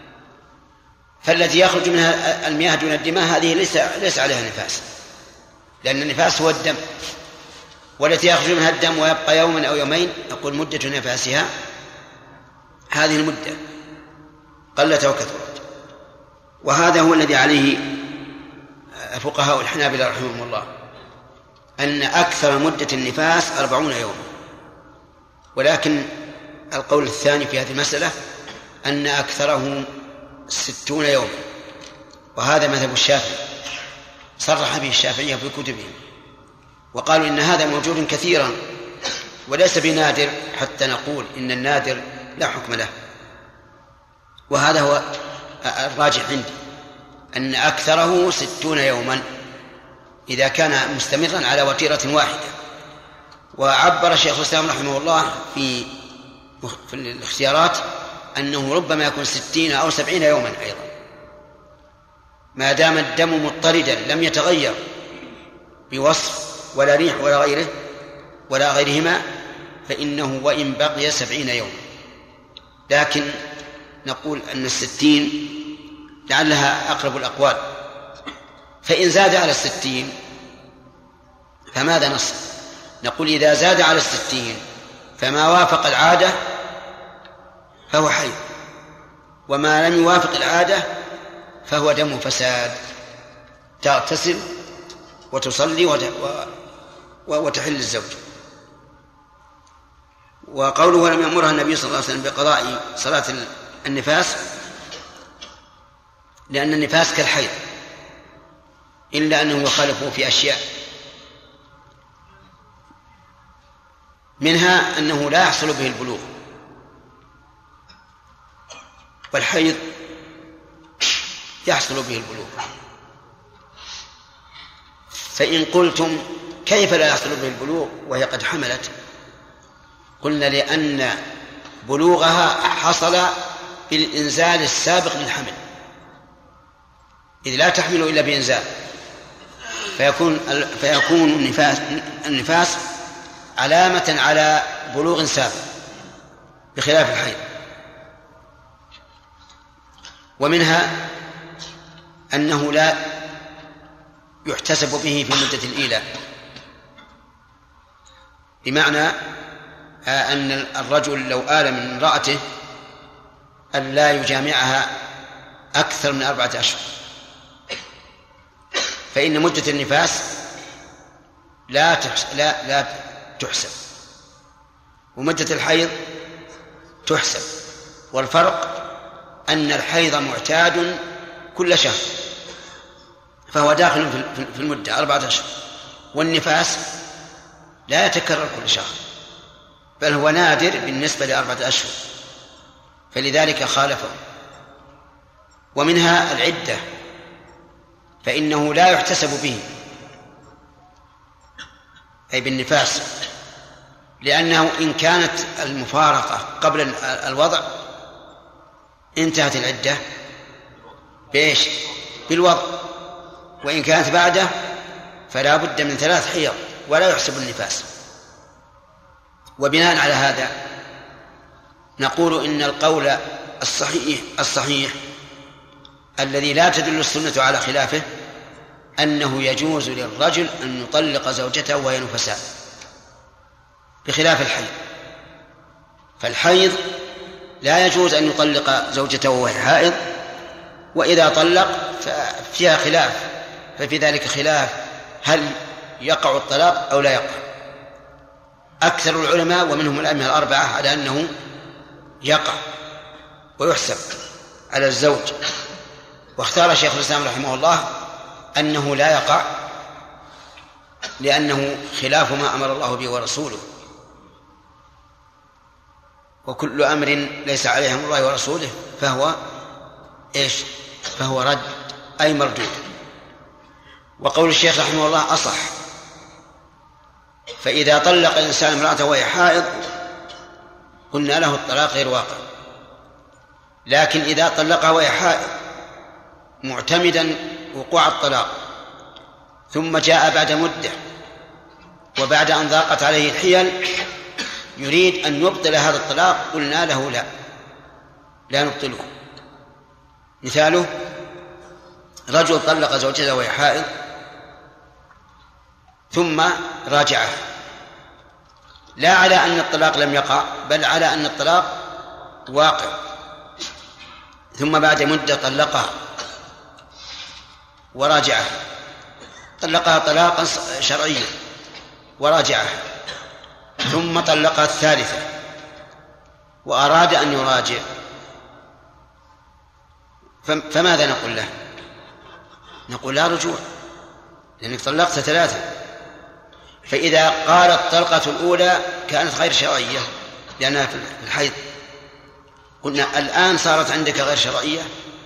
فالتي يخرج منها المياه دون الدماء هذه ليس عليها نفاس، لأن النفاس هو الدم. والتي يخرج منها الدم ويبقى يوما أو يومين أقول مدة نفاسها هذه المدة قلت أو كثرت. وهذا هو الذي عليه فقهاء الحنابلة رحمهم الله، أن أكثر مدة النفاس 40 يوما. ولكن القول الثاني في هذه المسألة أن أكثره 60 يوما، وهذا مذهب الشافعي صرح به الشافعية في كتبهم، وقالوا إن هذا موجود كثيرا وليس بنادر حتى نقول إن النادر لا حكم له. وهذا هو الراجح عندي، أن أكثره 60 يوما إذا كان مستمرا على وتيرة واحدة. وعبر شيخ الإسلام رحمه الله في الاختيارات أنه ربما يكون 60 أو 70 يوما أيضا، ما دام الدم مضطردا لم يتغير بوصف ولا ريح ولا غيرهما، فإنه وإن بقي 70 يوما. لكن نقول أن 60 لعلها أقرب الأقوال، فإن زاد على 60 فماذا نصل؟ نقول إذا زاد على 60 فما وافق العادة فهو حيض، وما لم يوافق العادة فهو دم فساد، تغتسل وتصلي وتحل الزوج. وقوله ولم يأمرها النبي صلى الله عليه وسلم بقضاء صلاة النفاس لأن النفاس كالحيض إلا أنه يخالفه في أشياء، منها أنه لا يحصل به البلوغ، والحيض يحصل به البلوغ. فإن قلتم كيف لا يحصل به البلوغ وهي قد حملت؟ قلنا لأن بلوغها حصل بالإنزال السابق للحمل، إذ لا تحمل إلا بإنزال، فيكون النفاس علامة على بلوغ سابق بخلاف الحيض. ومنها أنه لا يحتسب به في مدة الإيلاء، بمعنى أن الرجل لو آل من امرأته أن لا يجامعها أكثر من 4 أشهر، فإن مدة النفاس لا تحسب، ومدة الحيض تحسب. والفرق أن الحيض معتاد كل شهر فهو داخل في المدة 4 أشهر، والنفاس لا يتكرر كل شهر بل هو نادر بالنسبة ل4 أشهر، فلذلك خالفه. ومنها العدة، فإنه لا يحتسب به أي بالنفاس، لأنه إن كانت المفارقة قبل الوضع انتهت العدة بإيش؟ بالوضع، وإن كانت بعده فلا بد من 3 حيض ولا يحسب النفاس. وبناء على هذا نقول إن القول الصحيح الذي لا تدل السنة على خلافه أنه يجوز للرجل أن يطلق زوجته وهي نفساء بخلاف الحيض. فالحيض لا يجوز أن يطلق زوجته وهي حائض، وإذا طلق ففيها خلاف، ففي ذلك خلاف هل يقع الطلاق أو لا يقع. أكثر العلماء ومنهم الأئمة الأربعة على أنه يقع ويحسب على الزوج، واختار شيخ الإسلام رحمه الله أنه لا يقع لأنه خلاف ما أمر الله به ورسوله، وكل أمر ليس عليه أمر الله ورسوله فهو إيش؟ فهو رد أي مردود. وقول الشيخ رحمه الله أصح. فإذا طلق الإنسان امرأته وهي حائض قلنا له الطلاق غير واقع، لكن إذا طلقها وهي حائض معتمدا وقوع الطلاق ثم جاء بعد مدة وبعد أن ضاقت عليه الحيل يريد أن يبطل هذا الطلاق قلنا له لا نبطله. مثاله رجل طلق زوجته وهي حائض ثم راجعه، لا على أن الطلاق لم يقع بل على أن الطلاق واقع، ثم بعد مدة طلقها وراجعه، طلقها طلاقا شرعيا وراجعه، ثم طلقها الثالثة وأراد أن يراجع، فماذا نقول له؟ نقول لا رجوع لأنك طلقت 3. فإذا قالت الطلقة الأولى كانت غير شرعية لأنها في الحيض، قلنا الآن صارت عندك غير شرعية،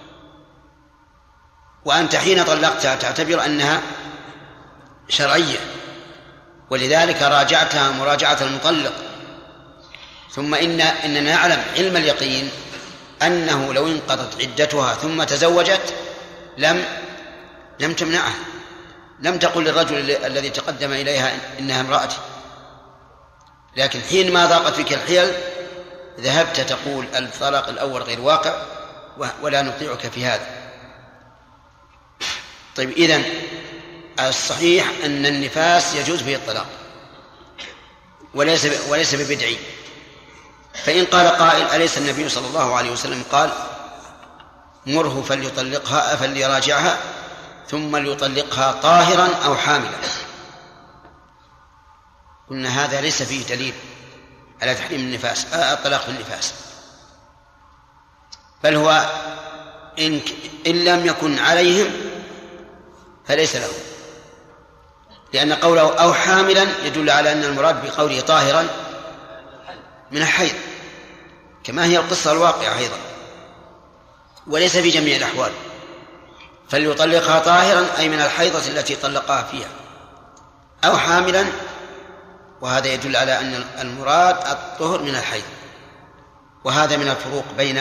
وأنت حين طلقتها تعتبر أنها شرعية، ولذلك راجعتها مراجعة المطلق. ثم إننا نعلم علم اليقين أنه لو انقضت عدتها ثم تزوجت لم تمنعه، لم تقل للرجل الذي تقدم إليها إنها امرأتي، لكن حين ما ضاقت فيك الحيل ذهبت تقول الطلاق الأول غير واقع ولا نطيعك في هذا. طيب، إذن الصحيح أن النفاس يجوز به الطلاق وليس ببدعي. فإن قال قائل أليس النبي صلى الله عليه وسلم قال مره فليطلقها فليراجعها ثم ليطلقها طاهرا أو حاملا؟ قلنا هذا ليس فيه دليل على تحريم النفاس الطلاق في النفاس، بل هو إن لم يكن عليهم فليس له، لأن قوله أو حاملا يدل على أن المراد بقوله طاهرا من الحيض كما هي القصة الواقعة أيضا، وليس في جميع الأحوال. فليطلقها طاهرا أي من الحيضة التي طلقها فيها، أو حاملا، وهذا يدل على أن المراد الطهر من الحيض. وهذا من الفروق بين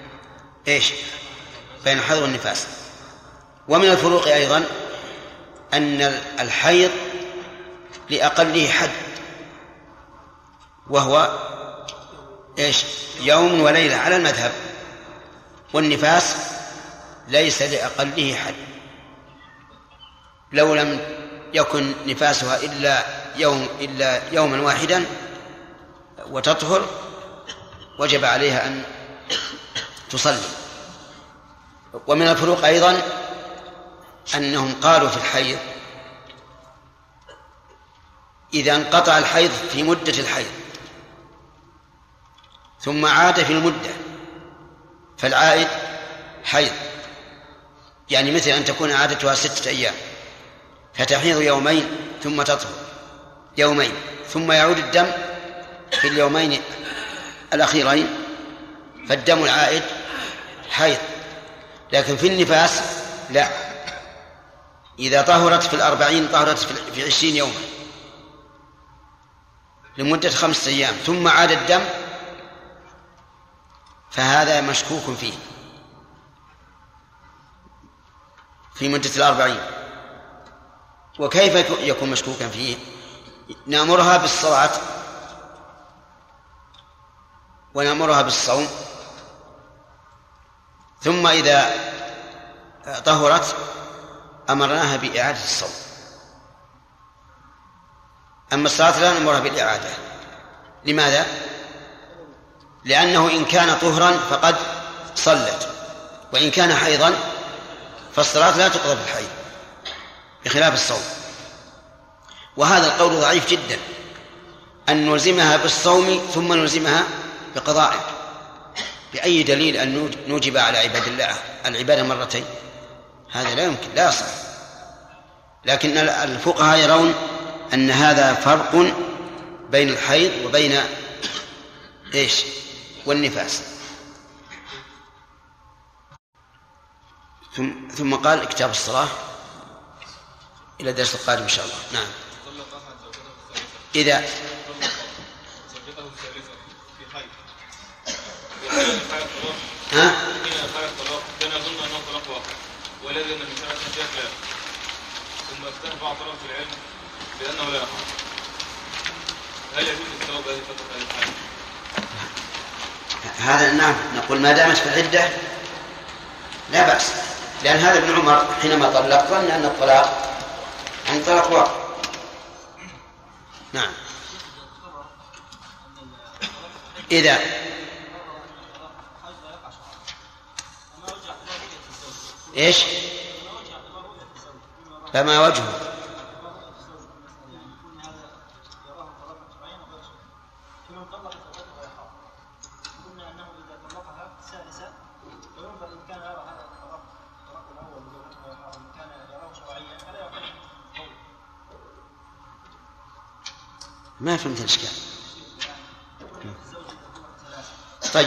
بين الحيض والنفاس. ومن الفروق أيضا أن الحيض لأقله حد، وهو يوم وليلة على المذهب، والنفاس ليس لأقله حد. لو لم يكن نفاسها إلا يوما واحدا وتطهر وجب عليها أن تصلي. ومن الفروق أيضا أنهم قالوا في الحيض إذا انقطع الحيض في مدة الحيض ثم عاد في المدة فالعائد حيض، يعني مثل أن تكون عادتها 6 أيام فتحيض يومين ثم تطهر يومين ثم يعود الدم في اليومين الأخيرين، فالدم العائد حيض. لكن في النفاس لا، إذا طهرت في 40 طهرت في 20 يوما لمدة 5 أيام ثم عاد الدم، فهذا مشكوك فيه في مدة 40. وكيف يكون مشكوكا فيه؟ نأمرها بالصلاة ونأمرها بالصوم، ثم إذا طهرت أمرناها بإعادة الصوم. أما الصلاة لا نأمرها بالإعادة. لماذا؟ لأنه إن كان طهرا فقد صلت، وإن كان حيضا فالصلاة لا تقضى بالحيض بخلاف الصوم. وهذا القول ضعيف جدا، أن نلزمها بالصوم ثم نلزمها بقضائه. بأي دليل أن نوجب على عباد الله العبادة مرتين؟ هذا لا يمكن، لا يصح. لكن الفقهاء يرون أن هذا فرق بين الحيض وبين والنفاس. ثم قال كتاب الصلاة إلى الدرس القادم إن شاء الله. نعم. إذا كان يظن أنه طلاق واقع ولكن المسألة فيها خلاف، ثم افتح بعض طرف العلم بأنه لا يقع، هل يجوز الصلاة بهذه الفترة؟ هذا نعم، نقول ما دامت في العدة لا بأس، لأن هذا ابن عمر حينما طلق ظن أن الطلاق عن طلاق واقع. نعم. إذا فما وجهه؟ ما فهمت الإشكال. طيب.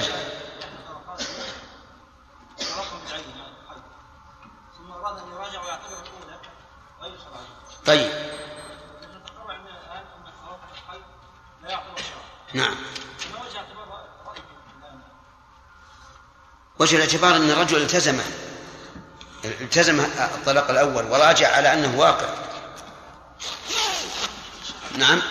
طيب. نعم. وجه الاعتبار أن الرجل التزم الطلاق الأول وراجع على أنه واقع. نعم.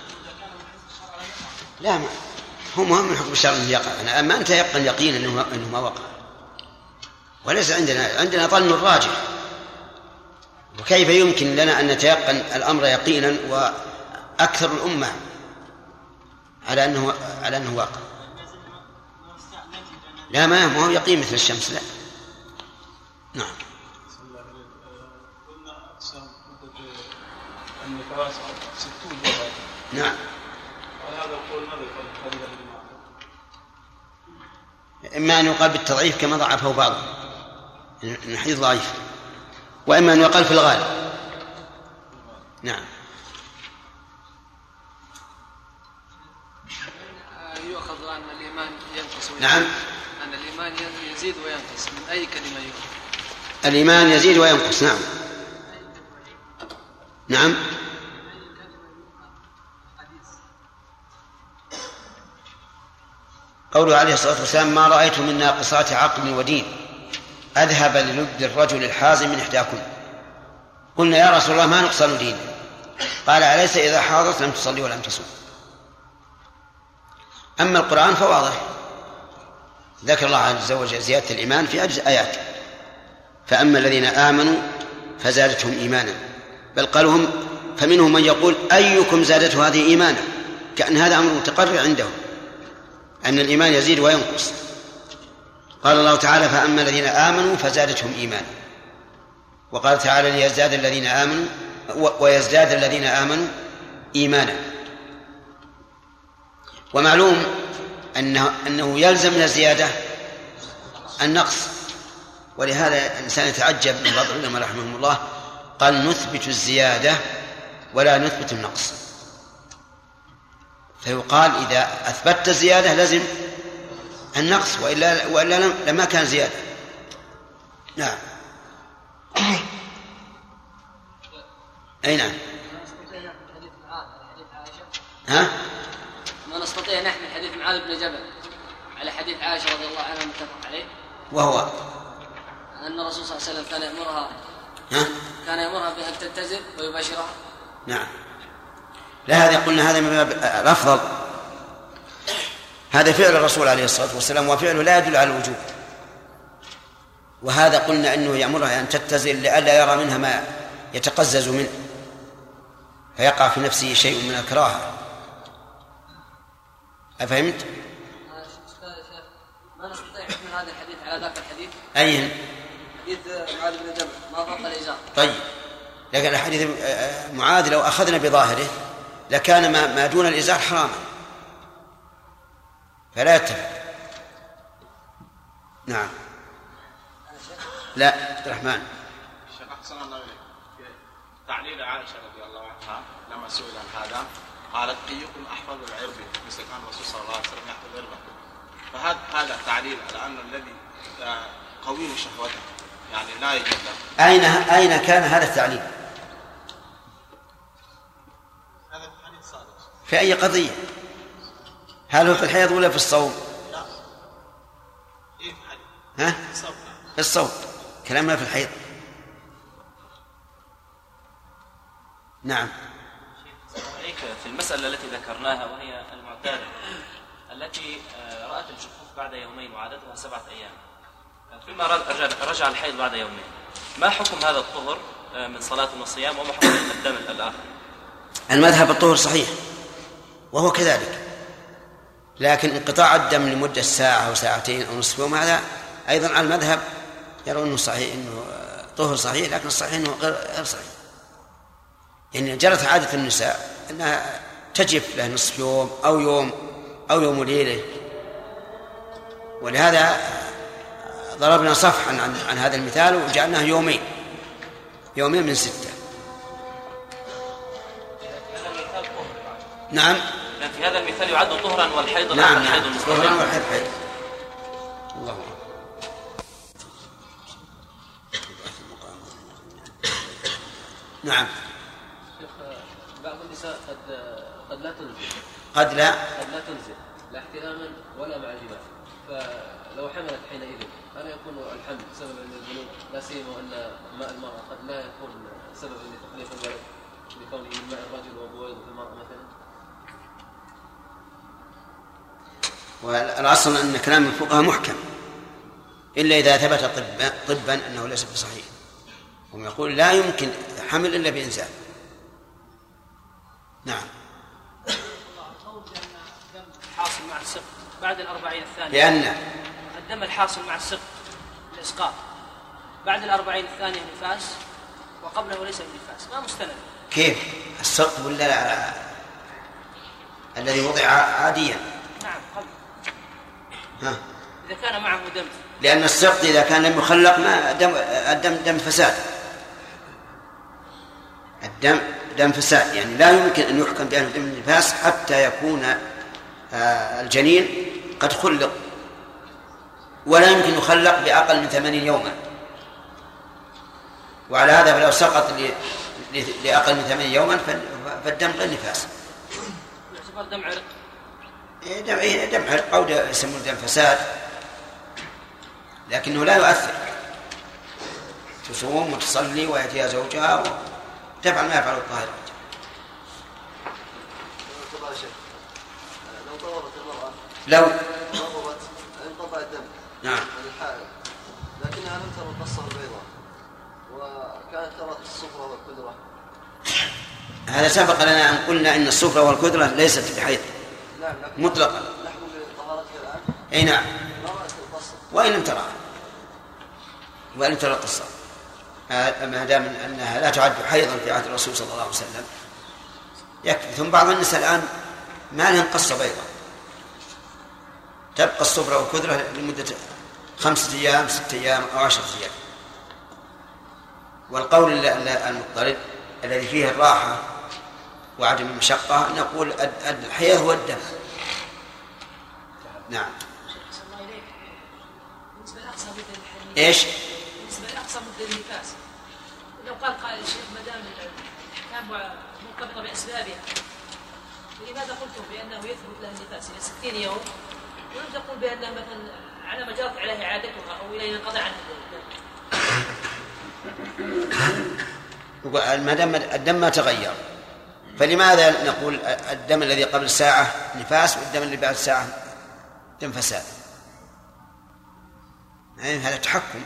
لا، هو مهم من حكم الشرع أنه يقع. أما أنت يقن يقين أنه ما وقع، وليس عندنا ظن الراجح. وكيف يمكن لنا أن نتيقن الأمر يقينا وأكثر الأمة على أنه واقع؟ لا، ما هو يقين مثل الشمس. لا. نعم. نعم. إما أن يقال بالتضعيف كما ضعفه بعضهم، الحديث ضعيف، وإما أن يقال في الغالب. نعم. يؤخذ أن الإيمان ينقص. نعم. أن الإيمان يزيد وينقص، من أي كلمة يؤخذ؟ الإيمان يزيد وينقص. نعم. نعم. قوله عليه الصلاة والسلام: ما رأيت من ناقصات عقل ودين أذهب للب الرجل الحازم من إحداكم. قلنا: يا رسول الله ما نقصان دين؟ قال: أليس إذا حاضرت لم تصلي ولم تصوم؟ أما القرآن فواضح، ذكر الله عز وجل زيادة الإيمان في عدة آيات: فأما الذين آمنوا فزادتهم إيمانا، بل قالوا فمنهم من يقول: أيكم زادته هذه إيمانا، كأن هذا أمر متقرر عندهم أن الإيمان يزيد وينقص. قال الله تعالى: فأما الذين آمنوا فزادتهم إيمانا، وقال تعالى: ليزداد الذين آمنوا ويزداد الذين آمنوا إيمانا. ومعلوم أنه يلزم من الزيادة النقص، ولهذا الإنسان يتعجب من بعض العلماء رحمهم الله قال: نثبت الزيادة ولا نثبت النقص. فيقال: إذا أثبتت الزيادة لازم النقص، وإلا لما كان زيادة. نعم. أي نعم. ها؟ ما نستطيع نحمل حديث معاذ بن جبل على حديث عائشة رضي الله عنها متفق عليه، وهو أن الرسول صلى الله عليه وسلم كان يأمرها بأن تلتزم ويباشرها. نعم. لا، هذا قلنا هذا من باب الأفضل، هذا فعل الرسول عليه الصلاة والسلام، وفعله لا يدل على الوجوب. وهذا قلنا أنه يأمرها أن تتزل لئلا يرى منها ما يتقزز منه فيقع في نفسه شيء من الكراهة. أفهمت؟ ما نستطيع من هذا الحديث على ذاك الحديث. أين؟ حديث معاذ بن جبل ما فوق الإزار. طيب، لكن حديث معاذ لو أخذنا بظاهره لكان ما دون الإزار حراما، فلا يتفق. نعم. لا، عبد الرحمن. الشيخ أحسن الله إليك، تعليل عائشة رضي الله عنها لما سئل عن هذا قالت: أيكم أحفظ العرب، مثل كان الرسول صلى الله عليه وسلم يحفظ عربه. فهذا تعليل على أن الذي قوي شهوته يعني لا يجوز له. أين كان هذا التعليل؟ هذا في حديث صادق. في أي قضية؟ هل هو في الحيض ولا في الصوم؟ لا، إيه في الحديث. ها؟ في الصوم. كلامنا في الحيض. نعم. في المسألة التي ذكرناها وهي المعتادة التي رأت الجفوف بعد يومين وعادتها 7 أيام، ثم رجع الحيض بعد يومين، ما حكم هذا الطهر من صلاة وصيام، وما حكم الدم الآخر؟ المذهب الطهر صحيح وهو كذلك، لكن انقطاع الدم لمدة ساعة أو ساعتين أو نصف يوم هذا أيضا على المذهب يرون أنه صحيح، أنه طهر صحيح، لكن الصحيح أنه غير صحيح. يعني جرت عادة النساء أنها تجف له نصف يوم أو يوم وليلة، ولهذا ضربنا صفحا عن هذا المثال وجعلناه يومين من 6. نعم. في هذا المثال يعد طهرا والحيض نعم حيض طهرا والحيض حيض. الله أكبر. نعم. بعض النساء قد لا تنزل. قد لا تنزل لا احتلاما ولا مع جماع، فلو حملت حينئذ هل يكون الحمل سببا للذنوب، لا سيما ان ماء المرأة قد لا يكون سببا لتخليف الولد لكونه من ماء الرجل وبويض في المرأة مثلا؟ والأصل أن كلام الفقهاء محكم إلا إذا ثبت طبا أنه ليس بصحيح. هم يقول لا يمكن حمل إلا بإنزال. نعم. الدم الحاصل مع السقط بعد 40 الثانية، لأن الدم الحاصل مع السقط الإسقاط بعد 40 الثانية نفاس، وقبله ليس بنفاس، ما مستند. كيف السقط ولا الذي وضع عاديا؟ نعم قبل. ها. إذا كان معه دم، لأن السقط إذا كان لم يخلق ما الدم فساد، الدم دم فساد، يعني لا يمكن أن يحكم بأنه دم النفاس حتى يكون الجنين قد خلق، ولا يمكن يخلق بأقل من 80 يوما. وعلى هذا فلو سقط لأقل من 80 يوما فالدم غير نفاس. يعتبر دم عرق. دم حرقة أو يسمونه دم فساد، لكنه لا يؤثر. تصوم وتصلي ويأتيها زوجها وتفعل ما يفعل الطاهرات. لو طهرت المرأة لو طهرت انقطع الدم نعم عن الحائض، لكنها لم ترى القصة البيضاء وكانت ترى الصفرة والكدرة. هذا سبق لنا أن قلنا إن الصفرة والكدرة ليست بحيض مطلقا. نحكم بطهارتها الآن. أي نعم، ما رأت القصة وإن لم ترى القصة، ما دام أنها لا تعد حيضا في عهد الرسول صلى الله عليه وسلم يكفي. ثم بعض النساء الآن ما لهم قصة بيضاء، تبقى الصفرة والكدرة لمدة 5 أيام 6 أيام أو 10 أيام. والقول المضطرد الذي فيه الراحة وعدم المشقة نقول الحيض هو الدم. نعم. بالنسبة لأقصى مدة الحنين إيش؟ بالنسبة لأقصى مدة النفاس، لو قال قائل الشيخ ما دام الأحكام مرتبطة بأسبابها، لماذا قلتم بأنه يثبت له النفاس إلى 60 يوم ولم تقول بأنه مثلا على ما جرت عليه عادتها أو إلى أن ينقطع عنه الدم؟ ما دام الدم ما تغير فلماذا نقول الدم الذي قبل ساعة نفاس والدم اللي بعد ساعة دم فساد؟ يعني هذا تحكم.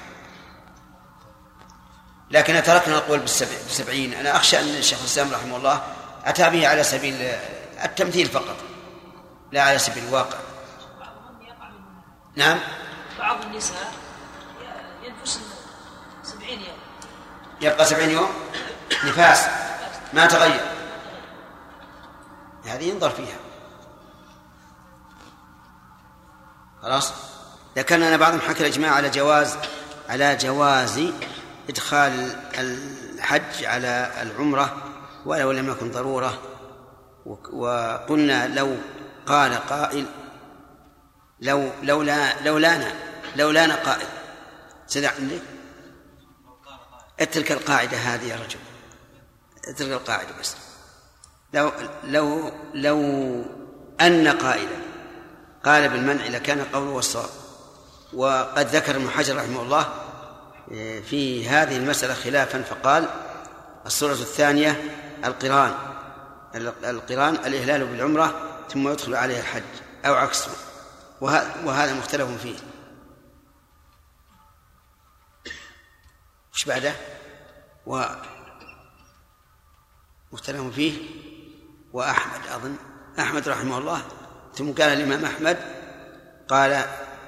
لكن تركنا القول ب70. أنا أخشى أن الشيخ الإسلام رحمه الله أتى به على سبيل التمثيل فقط لا على سبيل الواقع. نعم. بعض النساء ينفس 70 يوم، يبقى 70 يوم نفاس ما تغير، هذه ينظر فيها. خلاص. ذكرنا أن بعضهم حكى الإجماع على جواز إدخال الحج على العمرة ولو لم يكن ضرورة. وقلنا لو قال قائل لولانا قائل سدع عندك اترك القاعدة هذه يا رجل، اترك القاعدة بس. لو أن قائلا قال بالمنع لكان قوله والصواب. وقد ذكر ابن حجر رحمه الله في هذه المسألة خلافا فقال الصورة الثانية القران الإهلال بالعمرة ثم يدخل عليه الحج أو عكسه، وهذا مختلف فيه. وش بعده؟ مختلف فيه. وأحمد أظن أحمد رحمه الله ثم قال الإمام أحمد قال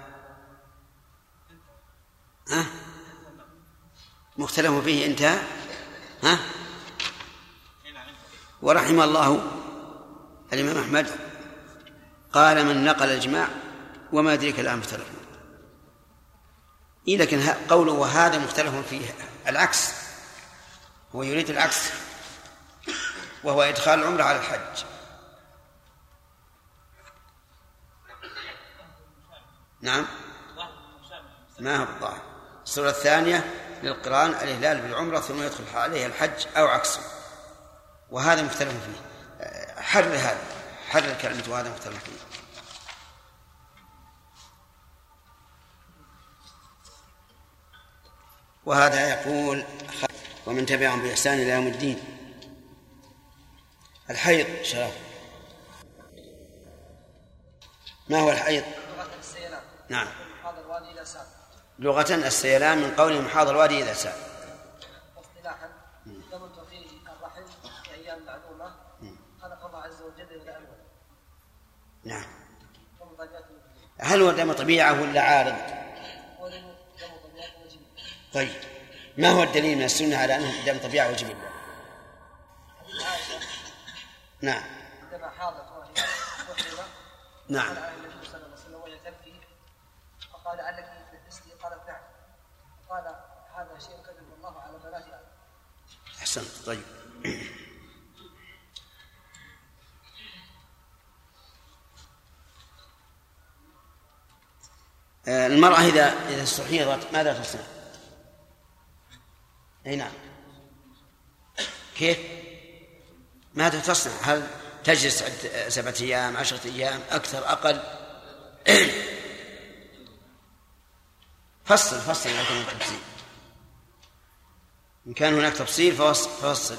مختلف فيه انتهى. ورحم الله الإمام أحمد قال من نقل الإجماع وما أدريك الآن مختلف. لكن قوله وهذا مختلف فيه العكس، هو يريد العكس وهو إدخال العمرة على الحج. نعم ما هو الظاهر. الصورة الثانية للقران الإهلال بالعمرة ثم يدخل عليه الحج أو عكسه، وهذا مختلف فيه. حرر كلمة وهذا مختلف فيه. وهذا يقول ومن تبعهم بإحسان إلى يوم الدين. الحيض شرف. ما هو الحيض؟ لغة السيلان. نعم. محاض الوادي إذا سال. لغة السيلان من قول محاض الوادي إذا سال. واصطلاحا ضمنت فيه الرحم في أيام معلومة خلق الله عز وجل إلى أول. نعم. هل هو دم طبيعة ولا عارض؟ هو دم طبيعة وجبلة. طيب ما هو الدليل من السنة على أنه دم طبيعة وجبلة؟ نعم. عندما حاضت وهي محرمة نعم. قال عليه النبي صلى الله عليه وسلم وهي تبكي فقال علك تلبسني؟ قالت نعم. قال هذا شيء كتب الله على بنات آدم. أحسنت. طيب المرأة إذا استحيضت ماذا تصنع؟ أي نعم. كيف؟ ماذا تصنع؟ هل تجلس 7 أيام 10 أيام أكثر أقل. فصل إذا كان هناك تفصيل، إن كان هناك تفصيل ففصل.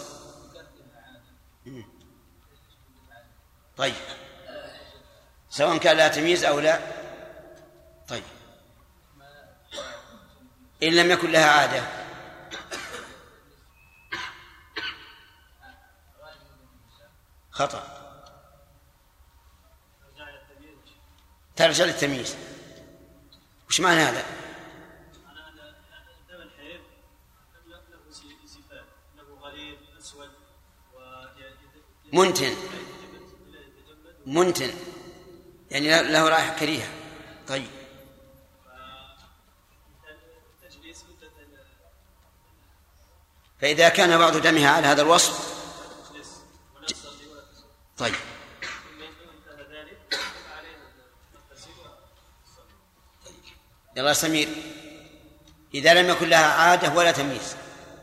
طيب سواء كان لا تمييز أو لا. طيب إن لم يكن لها عادة خطأ، ترجع للتمييز. وش معنى هذا؟ دم الحيض له صفات، له غليظ أسود منتن يعني له رائحة كريهة. طيب فإذا كان بعض دمها على هذا الوصف طيب يلا سمير، إذا لم يكن لها عادة ولا تمييز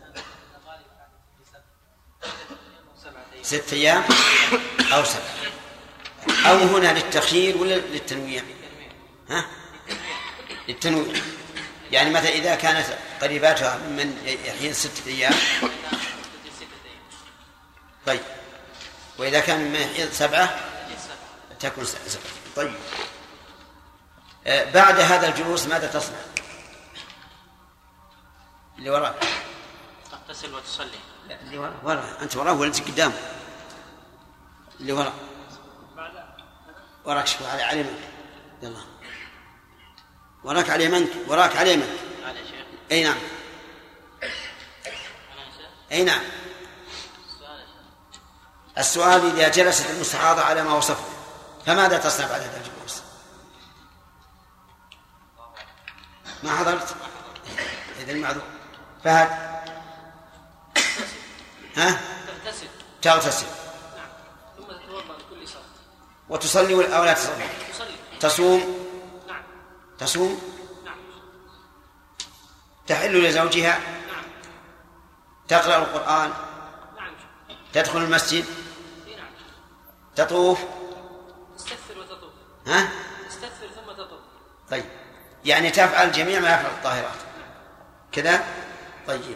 6 أيام أو 7، أو هنا للتخيير ولا للتنويع؟ ها؟ للتنويع. يعني مثلا إذا كانت قريباتها من يحيين 6 أيام طيب، وإذا كان من يحيين 7 تكون 7. طيب بعد هذا الجلوس ماذا تصنع؟ اللي وراء تغتسل وتصلي. لا اللي وراء أنت وراء ولا أنت قدامه؟ اللي وراء وراك شوف على يمينك. يلا وراك على يمينك، وراك على يمينك. أي نعم أي نعم. السؤال إذا جلست المستحاضة على ما وصفه فماذا تصنع بعد هذا الجلوس؟ ما حضرت؟ إذن معذور. فهد ها؟ تغتسل ثم تتوضأ لكل صلاة وتصلي أو لا تصلي؟ تصوم؟ نعم. تصوم؟ نعم. تحل لزوجها؟ نعم. تقرأ القرآن؟ نعم. تدخل المسجد؟ نعم. تطوف؟ تستغفر وتطوف. ها؟ تستغفر ثم تطوف. طيب يعني تفعل جميع ما يفعل الطاهرات كذا. طيب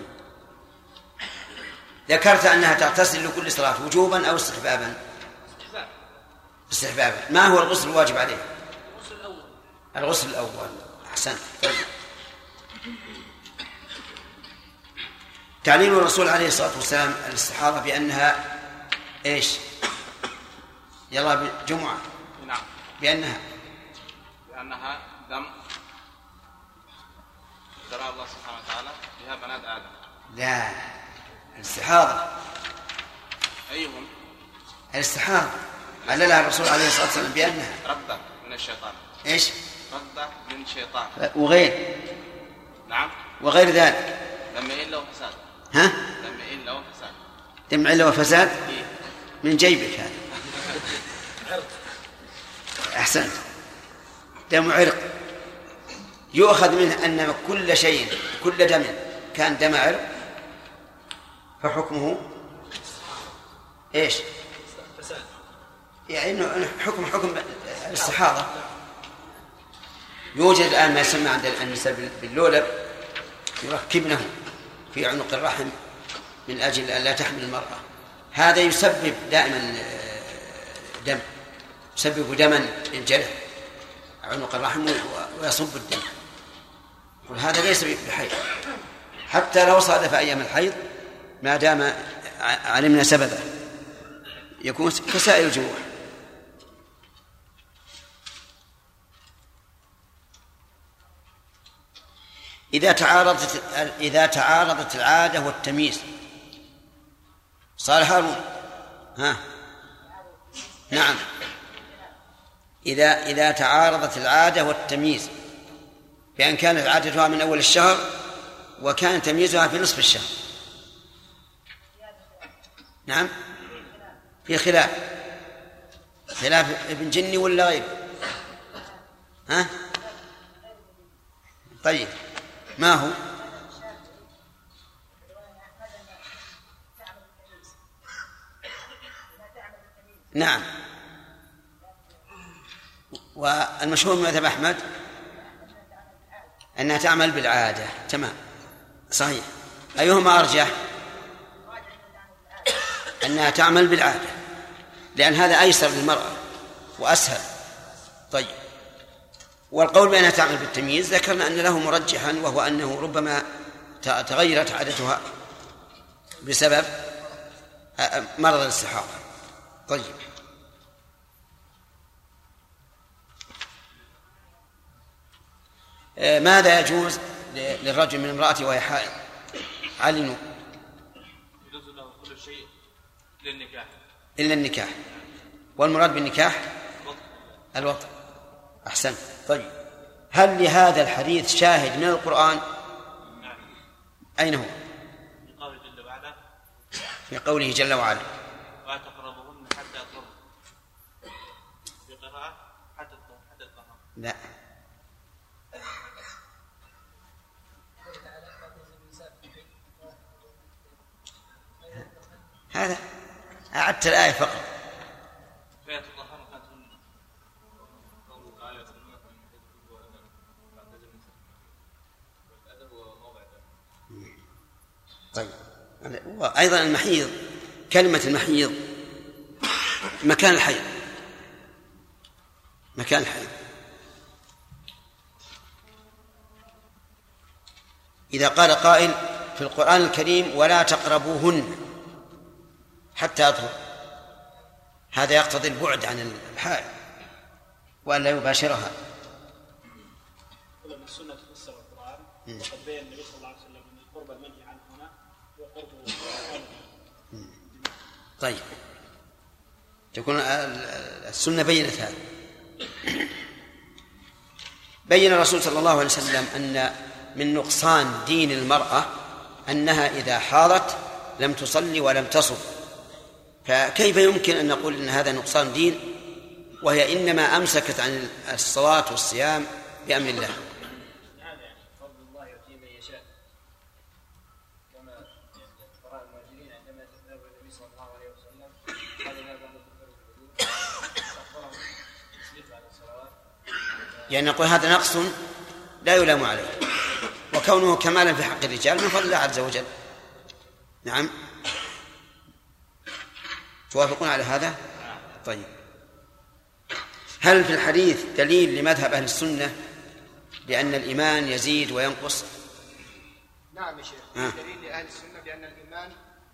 ذكرت أنها تغتسل لكل صلاة وجوبا أو استحبابا؟ استحبابا. ما هو الغسل الواجب عليه؟ الغسل الأول. أحسنت. طيب تعليل الرسول عليه الصلاة والسلام الاستحاضة بأنها إيش؟ يلا جمعة. نعم. بأنها دم جرى الله سبحانه وتعالى بها بنات آدم. لا الاستحاضة أيهم؟ الاستحاضة عللها الرسول عليه الصلاة والسلام بأنها ردة من الشيطان. إيش؟ ردة من الشيطان. وغير. نعم. وغير ذلك. دم إلا وفساد. ها؟ دم إلا وفساد. دم إلا وفساد. إيه؟ من جيبك هذا. أحسنت. دم عرق يؤخذ منه أن كل شيء كل دم كان دم عرق فحكمه إيش؟ يعني إنه حكم الاستحاضة. يوجد الآن ما يسمى عند النساء باللولب يركبنه في عنق الرحم من أجل أن لا تحمل المرأة. هذا يسبب دائما دم، يسبب دما الجرح عنق الرحم ويصب الدم. وهذا ليس بحيض حتى لو صادف أيام الحيض ما دام علمنا سببه يكون كسائر الجروح. إذا تعارضت العادة والتمييز. صالح هارون. ها نعم. إذا تعارضت العادة والتمييز بأن كانت عادتها من أول الشهر وكان تمييزها في نصف الشهر. نعم في خلاف ابن جني ولا غير؟ ها طيب ما هو؟ نعم. والمشهور من مذهب أحمد أنها تعمل بالعادة. تمام، صحيح. أيهما أرجح؟ أنها تعمل بالعادة، لأن هذا أيسر للمرأة وأسهل. طيب، والقول بأنها تعمل بالتمييز ذكرنا أن له مرجحا، وهو أنه ربما تغيرت عادتها بسبب مرض الاستحاضة. طيب، ماذا يجوز للرجل من امرأته وهي حائض؟ علنوا. يجوز له كل شيء للنكاح إلا النكاح، والمراد بالنكاح الوطء. أحسن. طيب، هل لهذا الحديث شاهد من القرآن؟ نعم. أين هو؟ في قوله جل وعلا ولا تقربوهن حتى يطهرن. في قراءة حتى الطهر. لا، هذا أعدت الآية فقط. طيب، وأيضا المحيض، كلمة المحيض مكان الحيض، مكان الحيض. إذا قال قائل في القرآن الكريم ولا تقربوهن حتى يطهر، هذا يقتضي البعد عن الحائض وأن لا يباشرها. من السنة تفسر القرآن، وقد بين النبي صلى الله عليه وسلم أن القرب المنهي عنه هنا وقرب القرآن. طيب، تكون السنة بينت هذا. بين الرسول صلى الله عليه وسلم أن من نقصان دين المرأة أنها إذا حاضت لم تصلي ولم تصم، فكيف يمكن أن نقول أن هذا نقصان دين وهي إنما أمسكت عن الصلاة والصيام بأمر الله؟ هذا يعني فضل الله يؤتيه من يشاء، كما قرأ المهاجرين عندما تذهب النبي صلى الله عليه وسلم قال هذا مغفر الحدود استغفرهم تسليم بعد الصلوات، يعني نقول هذا نقص لا يلام عليه، وكونه كمالا في حق الرجال من فضل الله عز وجل. نعم، توافقون على هذا؟ طيب، هل في الحديث دليل لمذهب أهل السنة بأن الإيمان يزيد وينقص؟ نعم يا شيخ، دليل لأهل السنة بأن الإيمان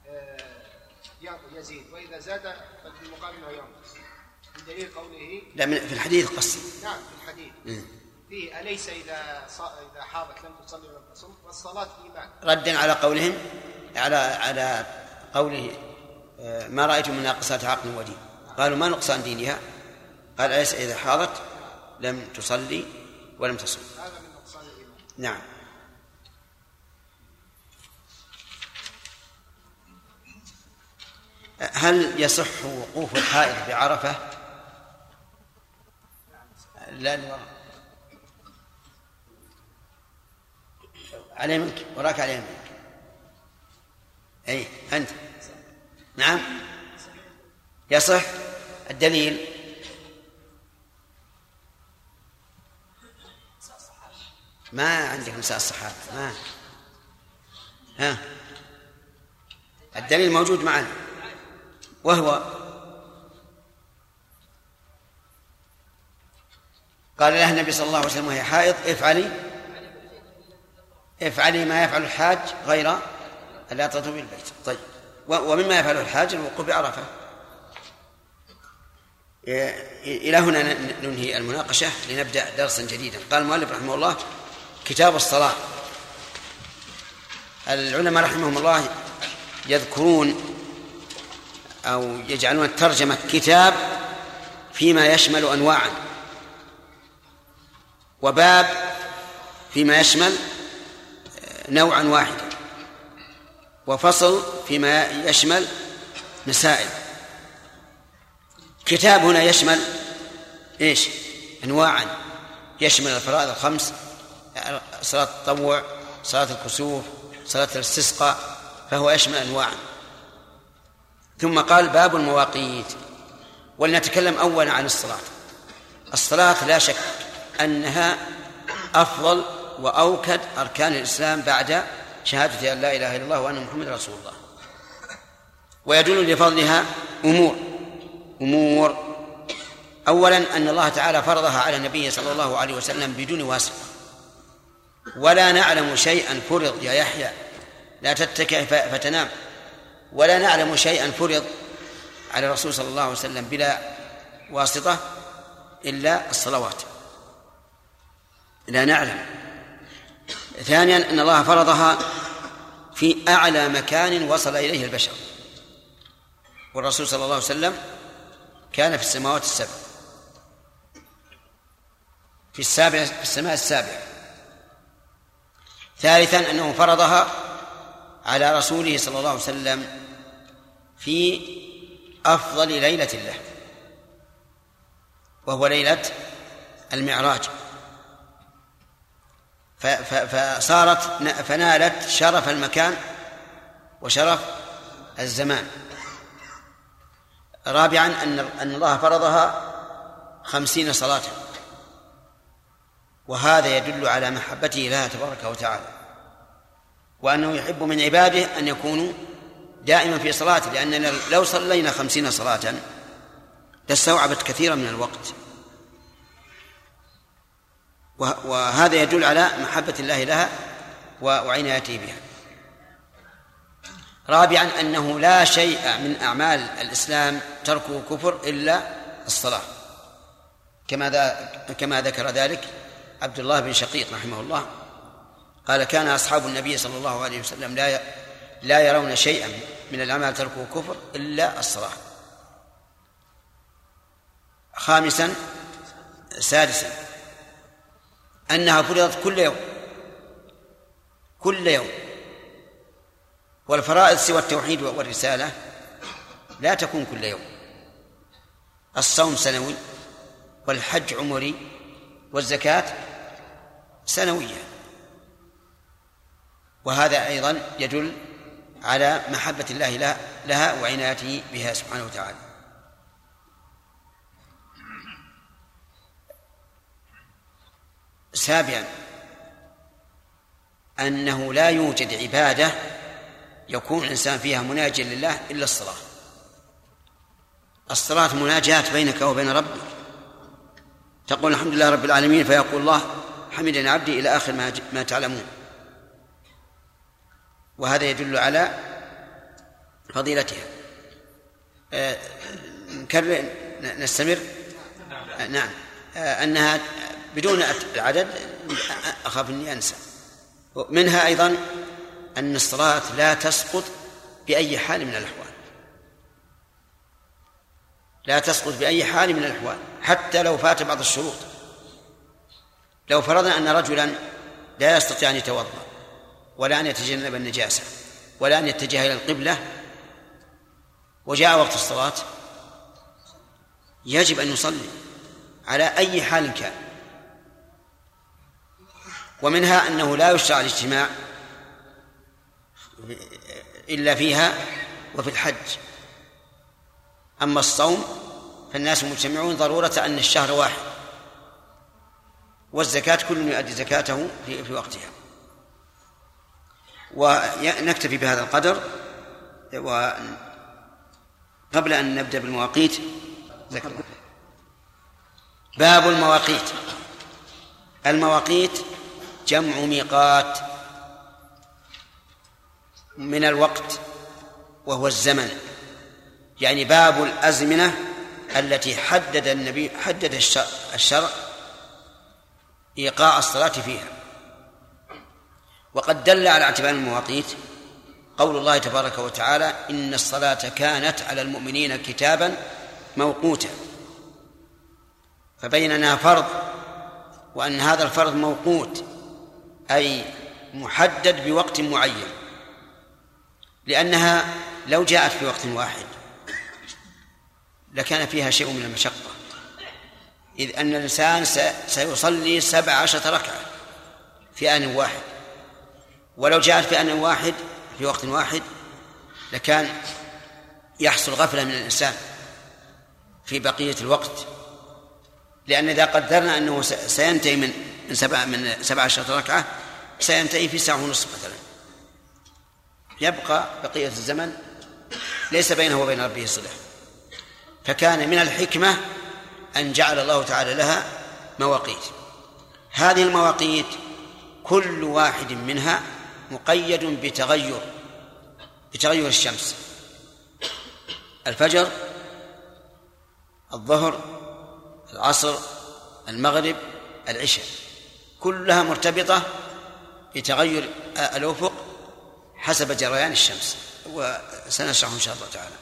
يزيد، وإذا زاد ففي المقابل ينقص، بدليل قوله لا في الحديث قصي. نعم في الحديث فيه أليس إذا حاضت لم تصلي ولم تصم والصلاة إيمان، ردا على قولهم على قوله ما رأيت من ناقصات عقل ودين، قالوا ما نقصان دينها، قال أليس إذا حاضت لم تصلي ولم تصم، هذا من نقصان الإيمان. نعم. هل يصح وقوف الحائض بعرفة؟ لا، على يمينك، وراك على يمينك. أي أنت. نعم يصح. الدليل ما عندك مساء الصحابة، ما الدليل موجود معنا، وهو قال لها النبي صلى الله عليه وسلم وهي حائض افعلي ما يفعل الحاج غير ألا تطوفي البيت. طيب، ومما يفعله الحاج الوقوف بعرفة. إلى هنا ننهي المناقشة لنبدأ درسا جديدا. قال المؤلف رحمه الله: كتاب الصلاة. العلماء رحمهم الله يذكرون أو يجعلون الترجمة كتاب فيما يشمل أنواعا، وباب فيما يشمل نوعا واحدا، وفصل فيما يشمل مسائل. كتاب هنا يشمل إيش؟ أنواعا، يشمل الفرائض الخمس، صلاة التطوع، صلاة الكسوف، صلاة الاستسقاء، فهو يشمل أنواعا. ثم قال: باب المواقيت. ولنتكلم أولا عن الصلاة. الصلاة لا شك أنها أفضل وأوكد أركان الإسلام بعد شهادة أن لا إله إلا الله وأن محمد رسول الله. ويدل لفضلها أمور أولا أن الله تعالى فرضها على النبي صلى الله عليه وسلم بدون واسطة، ولا نعلم شيئا فرض يا يحيى لا تتكئ فتنام، ولا نعلم شيئا فرض على الرسول صلى الله عليه وسلم بلا واسطة إلا الصلوات، لا نعلم. ثانيا أن الله فرضها في أعلى مكان وصل إليه البشر، والرسول صلى الله عليه وسلم كان في السماوات السبع، في السماء السابعة. ثالثا أنه فرضها على رسوله صلى الله عليه وسلم في أفضل ليلة له، وهو ليلة المعراج، فنالت شرف المكان وشرف الزمان. رابعا أن الله فرضها 50 صلاة، وهذا يدل على محبته لها تبارك وتعالى، وأنه يحب من عباده أن يكونوا دائما في صلاة، لأننا لو صلينا 50 صلاة لاستوعبت كثيرا من الوقت، وهذا يدل على محبة الله لها وعنايته بها. رابعا أنه لا شيء من أعمال الإسلام تركه كفر إلا الصلاة، كما ذكر ذلك عبد الله بن شقيق رحمه الله، قال كان أصحاب النبي صلى الله عليه وسلم لا يرون شيئا من الأعمال تركه كفر إلا الصلاة. سادسا أنها فرضت كل يوم، والفرائض سوى التوحيد والرسالة لا تكون كل يوم. الصوم سنوي، والحج عمري، والزكاة سنوية، وهذا أيضا يدل على محبة الله لها وعنايته بها سبحانه وتعالى. سابعا أنه لا يوجد عبادة يكون الإنسان فيها مناجيا لله إلا الصلاة. الصلاة مناجاة بينك وبين ربك، تقول الحمد لله رب العالمين فيقول الله حمدني عبدي إلى آخر ما تعلمون، وهذا يدل على فضيلتها. نستمر. نعم. أنها بدون العدد أخاف أني أنسى. منها أيضا أن الصلاة لا تسقط بأي حال من الأحوال، لا تسقط بأي حال من الأحوال، حتى لو فات بعض الشروط. لو فرضنا أن رجلا لا يستطيع أن يتوضأ ولا أن يتجنب النجاسة ولا أن يتجه إلى القبلة وجاء وقت الصلاة، يجب أن يصلي على أي حال كان. ومنها أنه لا يشرع الاجتماع إلا فيها وفي الحج. أما الصوم فالناس مجتمعون ضرورة أن الشهر واحد، والزكاة كل يؤدي زكاته في وقتها. ونكتفي بهذا القدر. وقبل أن نبدأ بالمواقيت باب المواقيت. المواقيت جمع ميقات من الوقت، وهو الزمن، يعني باب الأزمنة التي حدد الشرع إيقاع الصلاة فيها. وقد دل على اعتبار المواقيت قول الله تبارك وتعالى إن الصلاة كانت على المؤمنين كتابا موقوتا، فبين أنها فرض، وأن هذا الفرض موقوت أي محدد بوقت معين، لأنها لو جاءت في وقت واحد لكان فيها شيء من المشقة، إذ أن الإنسان سيصلي 17 ركعة في آن واحد، ولو جاءت في آن واحد في وقت واحد لكان يحصل غفلة من الإنسان، في بقية الوقت، لأن إذا قدرنا أنه سينتهي من 17 ركعة سينتهي في ساعة ونصف مثلا، يبقى بقية الزمن ليس بينه وبين ربه صلة. فكان من الحكمة أن جعل الله تعالى لها مواقيت. هذه المواقيت كل واحد منها مقيد بتغير الشمس. الفجر، الظهر، العصر، المغرب، العشاء، كلها مرتبطة بتغير الأفق حسب جريان الشمس، وسنشرح إن شاء الله تعالى.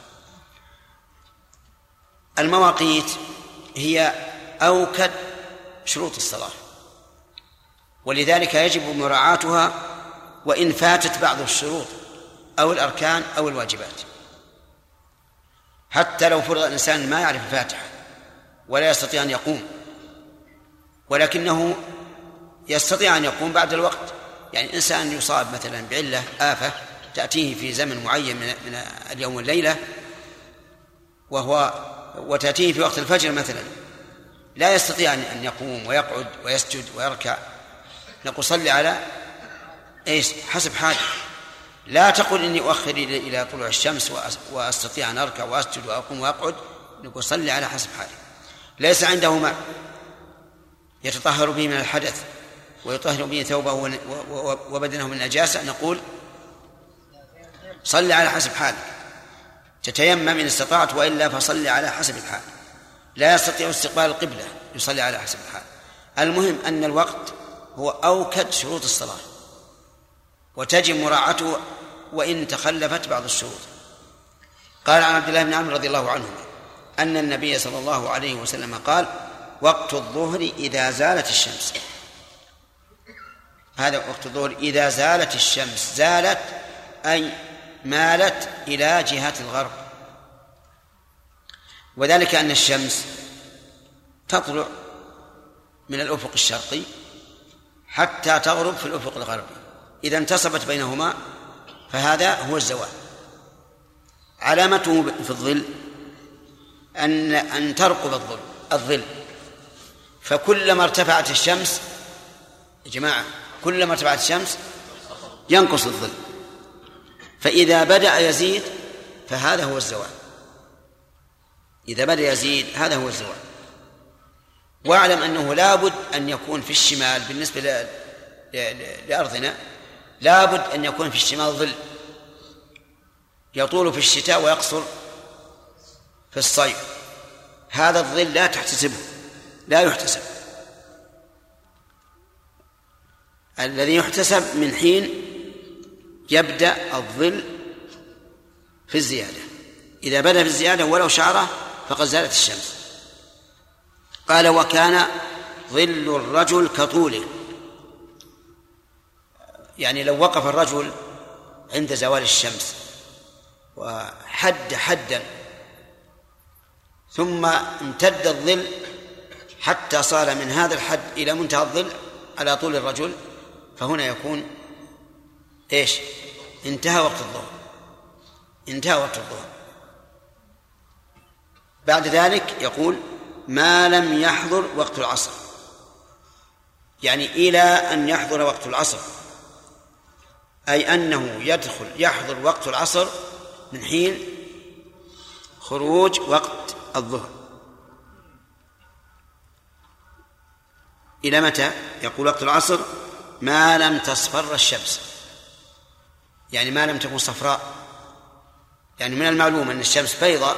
المواقيت هي أوكد شروط الصلاة، ولذلك يجب مراعاتها وإن فاتت بعض الشروط أو الأركان أو الواجبات. حتى لو فرض الإنسان ما يعرف الفاتحة ولا يستطيع أن يقوم، ولكنه يستطيع أن يقوم بعد الوقت، يعني إنسان يصاب مثلا بعلة آفة تأتيه في زمن معين من اليوم والليلة وتأتيه في وقت الفجر مثلا، لا يستطيع أن يقوم ويقعد ويسجد ويركع، نقول صلي على حسب حاجة. لا تقل إني أؤخر إلى طلوع الشمس وأستطيع أن أركع وأسجد وأقوم وأقعد، نقول صلي على حسب حاله. ليس عنده ماء يتطهر به من الحدث ويطهر به ثوبه وبدنه من النجاسة، نقول صلي على حسب حالك، تتيمم إن استطعت، وإلا فصلي على حسب الحال. لا يستطيع استقبال القبلة، يصلي على حسب الحال. المهم أن الوقت هو أوكد شروط الصلاة، وتجب مراعاته وإن تخلفت بعض الشروط. قال عن عبد الله بن عمرو رضي الله عنه أن النبي صلى الله عليه وسلم قال: وقت الظهر إذا زالت الشمس. هذا وقت الظهر إذا زالت الشمس. زالت أي مالت إلى جهة الغرب، وذلك أن الشمس تطلع من الأفق الشرقي حتى تغرب في الأفق الغربي، إذا انتصبت بينهما فهذا هو الزوال. علامته في الظل أن ترقب الظل، فكلما ارتفعت الشمس يا جماعة كلما ارتفعت الشمس ينقص الظل، فإذا بدأ يزيد فهذا هو الزوال. إذا بدأ يزيد هذا هو الزوال. واعلم أنه لابد أن يكون في الشمال بالنسبة لأرضنا لابد أن يكون في الشمال ظل يطول في الشتاء ويقصر في الصيف. هذا الظل لا تحتسبه، لا يحتسب. الذي يحتسب من حين يبدأ الظل في الزيادة. إذا بدأ في الزيادة ولو شعرة فقد زالت الشمس. قال: وكان ظل الرجل كطوله، يعني لو وقف الرجل عند زوال الشمس وحد حدا ثم امتد الظل حتى صار من هذا الحد إلى منتهى الظل على طول الرجل، فهنا يكون انتهى وقت الظهر. انتهى وقت الظهر. بعد ذلك يقول: ما لم يحضر وقت العصر، يعني إلى أن يحضر وقت العصر، أي أنه يحضر وقت العصر من حين خروج وقت الظهر. إلى متى؟ يقول وقت العصر ما لم تصفر الشمس، يعني ما لم تكن صفراء. يعني من المعلوم أن الشمس بيضاء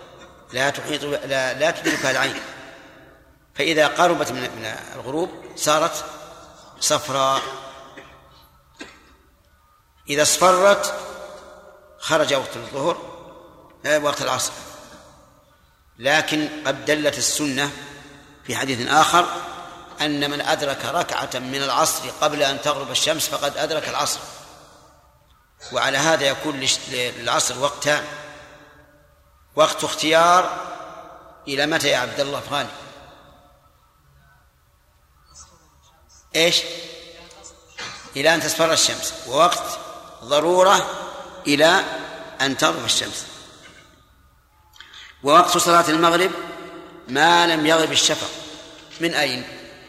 لا تدركها العين، فإذا قربت من الغروب صارت صفراء. إذا اصفرت خرج وقت الظهر وقت العصر. لكن قد دلت السنة في حديث آخر أن من أدرك ركعة من العصر قبل أن تغرب الشمس فقد أدرك العصر. وعلى هذا يكون للعصر وقتان: وقت اختيار إلى متى يا عبد الله فغاني؟ إلى أن تصفر الشمس، ووقت ضرورة إلى أن تغرب الشمس. ووقت صلاة المغرب ما لم يغب الشفق. من أين؟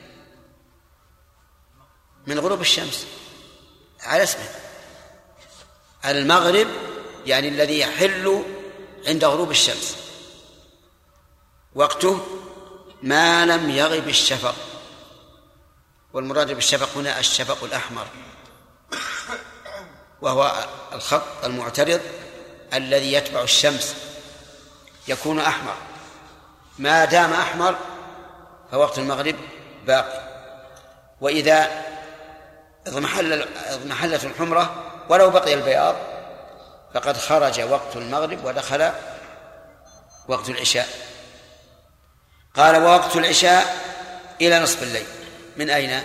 من غروب الشمس على اسمه، على المغرب، يعني الذي يحل عند غروب الشمس، وقته ما لم يغب الشفق. والمراد بالشفق هنا الشفق الأحمر، وهو الخط المعترض الذي يتبع الشمس، يكون أحمر. ما دام أحمر فوقت المغرب باقي، وإذا اضمحلت الحمرة ولو بقي البياض فقد خرج وقت المغرب ودخل وقت العشاء. قال ووقت العشاء إلى نصف الليل. من أين؟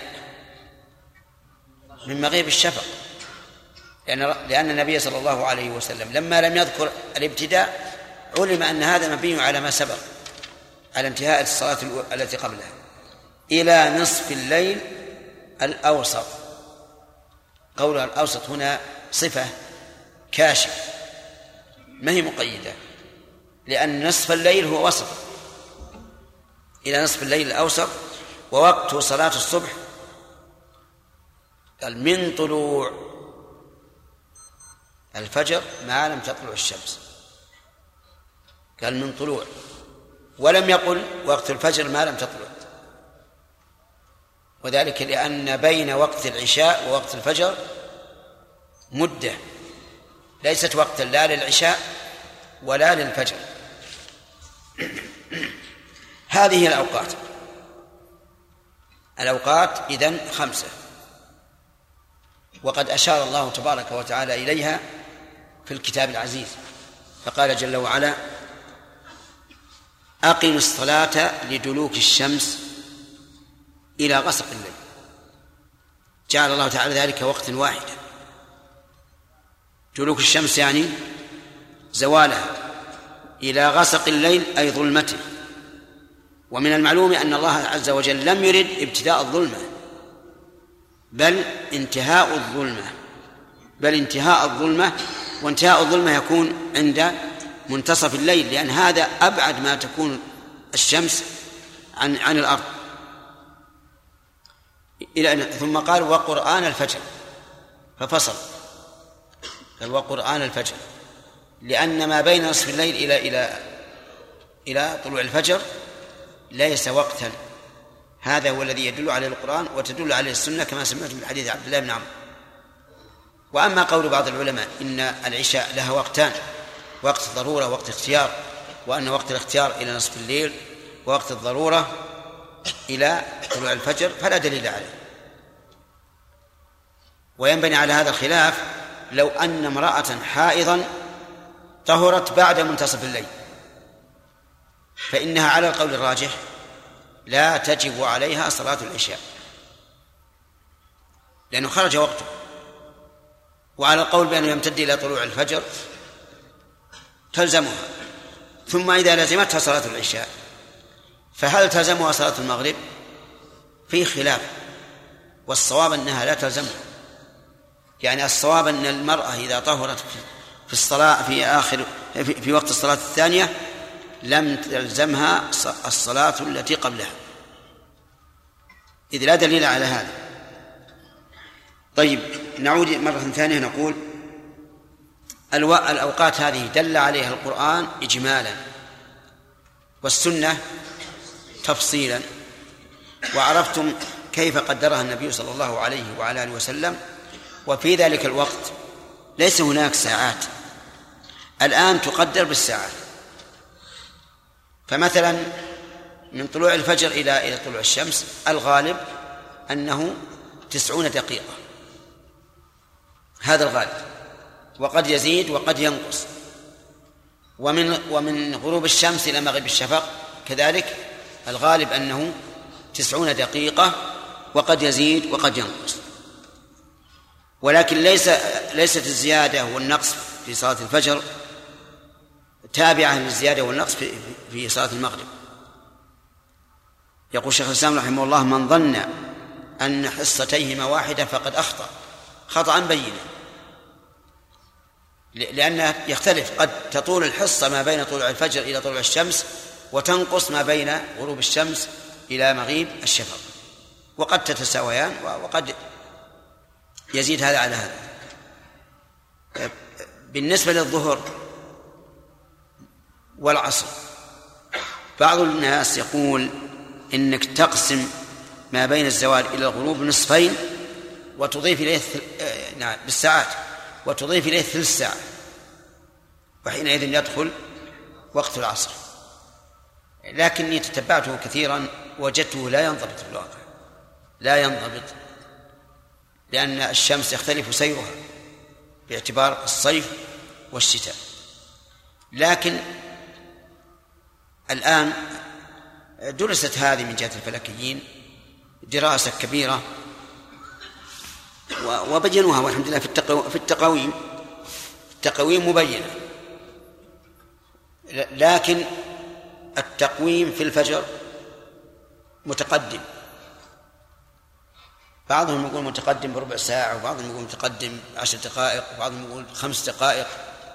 من مغيب الشفق، لأن النبي صلى الله عليه وسلم لما لم يذكر الابتداء علم أن هذا مبني على ما سبق، على انتهاء الصلاة التي قبلها. إلى نصف الليل الأوسط. قولها الأوسط هنا صفة كاشفة ما هي مقيدة، لأن نصف الليل هو وسط. إلى نصف الليل الأوسط. ووقت صلاة الصبح قال من طلوع الفجر ما لم تطلع الشمس، قال من طلوع، ولم يقل وقت الفجر ما لم تطلع، وذلك لأن بين وقت العشاء ووقت الفجر مدة ليست وقتا لا للعشاء ولا للفجر. هذه الأوقات إذن 5، وقد أشار الله تبارك وتعالى إليها في الكتاب العزيز، فقال جل وعلا أقم الصلاة لدلوك الشمس إلى غسق الليل. جعل الله تعالى ذلك وقت واحد. دلوك الشمس يعني زوالها، إلى غسق الليل أي ظلمته. ومن المعلوم أن الله عز وجل لم يرد ابتداء الظلمة بل انتهاء الظلمة، وانتهاء الظلمة يكون عند منتصف الليل، لأن هذا أبعد ما تكون الشمس عن الأرض. ثم قال وقرآن الفجر، ففصل قال وقرآن الفجر، لأن ما بين نصف الليل إلى طلوع الفجر ليس وقتا. هذا هو الذي يدل عليه القرآن وتدل عليه السنة كما سمعت من حديث عبد الله بن عمرو. وأما قول بعض العلماء إن العشاء لها وقتان، وقت الضرورة ووقت اختيار، وأن وقت الاختيار إلى نصف الليل ووقت الضرورة إلى طلوع الفجر، فلا دليل عليه. وينبني على هذا الخلاف لو أن امرأة حائضا طهرت بعد منتصف الليل، فإنها على القول الراجح لا تجب عليها صلاة العشاء لأنه خرج وقته. وعلى القول بأنه يمتد إلى طلوع الفجر تلزمها. ثم إذا لزمتها صلاة العشاء فهل تلزمها صلاة المغرب؟ في خلاف، والصواب أنها لا تلزمها. يعني الصواب أن المرأة إذا طهرت في الصلاة في وقت الصلاة الثانية لم تلزمها الصلاة التي قبلها، إذ لا دليل على هذا. طيب نعود مرة ثانية نقول الأوقات هذه دل عليها القرآن إجمالا والسنة تفصيلا، وعرفتم كيف قدرها النبي صلى الله عليه وعلى آله وسلم. وفي ذلك الوقت ليس هناك ساعات الآن تقدر بالساعات. فمثلا من طلوع الفجر إلى طلوع الشمس الغالب أنه 90 دقيقة، هذا الغالب، وقد يزيد وقد ينقص. ومن غروب الشمس إلى مغرب الشفق كذلك الغالب أنه 90 دقيقة، وقد يزيد وقد ينقص. ولكن ليست الزيادة والنقص في صلاة الفجر تابعة للزيادة والنقص في صلاة المغرب. يقول شيخ الإسلام رحمه الله من ظن أن حصتيهما واحدة فقد أخطأ خطأ بينا، لأنه يختلف، قد تطول الحصة ما بين طلوع الفجر إلى طلوع الشمس وتنقص ما بين غروب الشمس إلى مغيب الشفق، وقد تتساويان وقد يزيد هذا على هذا. بالنسبة للظهر والعصر بعض الناس يقول إنك تقسم ما بين الزوال إلى الغروب نصفين وتضيف إليه بالساعات وتضيف إليه ثلث ساعة، وحينئذ يدخل وقت العصر. لكني تتبعته كثيرا وجدته لا ينضبط في الواقع، لا ينضبط، لأن الشمس يختلف سيرها باعتبار الصيف والشتاء. لكن الآن درست هذه من جهة الفلكيين دراسة كبيرة وبينوها والحمد لله في التقويم مبينة. لكن التقويم في الفجر متقدم، بعضهم يقول متقدم بربع ساعة، وبعضهم يقول متقدم 10 دقائق، وبعضهم يقول 5 دقائق،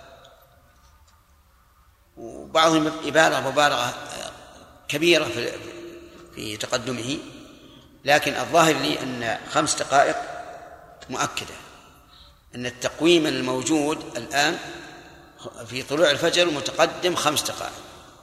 وبعضهم مبالغة كبيرة في تقدمه. لكن الظاهر لي أن 5 دقائق مؤكدة، أن التقويم الموجود الآن في طلوع الفجر متقدم 5 دقائق،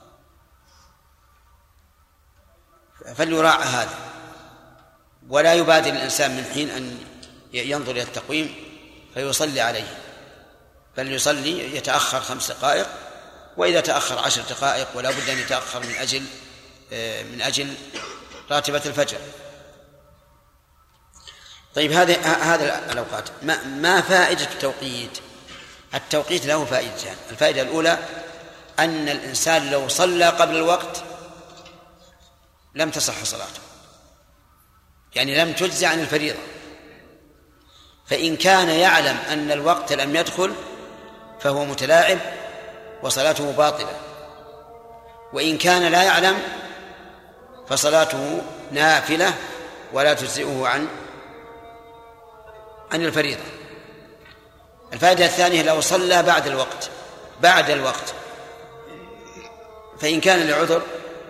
فليراعى هذا، ولا يبادر الإنسان من حين أن ينظر إلى التقويم فيصلي عليه، بل يصلي يتأخر 5 دقائق، وإذا تأخر 10 دقائق ولا بد أن يتأخر من أجل راتبة الفجر. طيب هذا الأوقات ما فائدة التوقيت؟ التوقيت له فائدتان. الفائدة الأولى أن الإنسان لو صلى قبل الوقت لم تصح صلاته، يعني لم تجزي عن الفريضة، فإن كان يعلم أن الوقت لم يدخل فهو متلاعب وصلاته باطلة، وإن كان لا يعلم فصلاته نافلة ولا تجزئه عن الفريضة. الفائدة الثانية لو صلى بعد الوقت فإن كان لعذر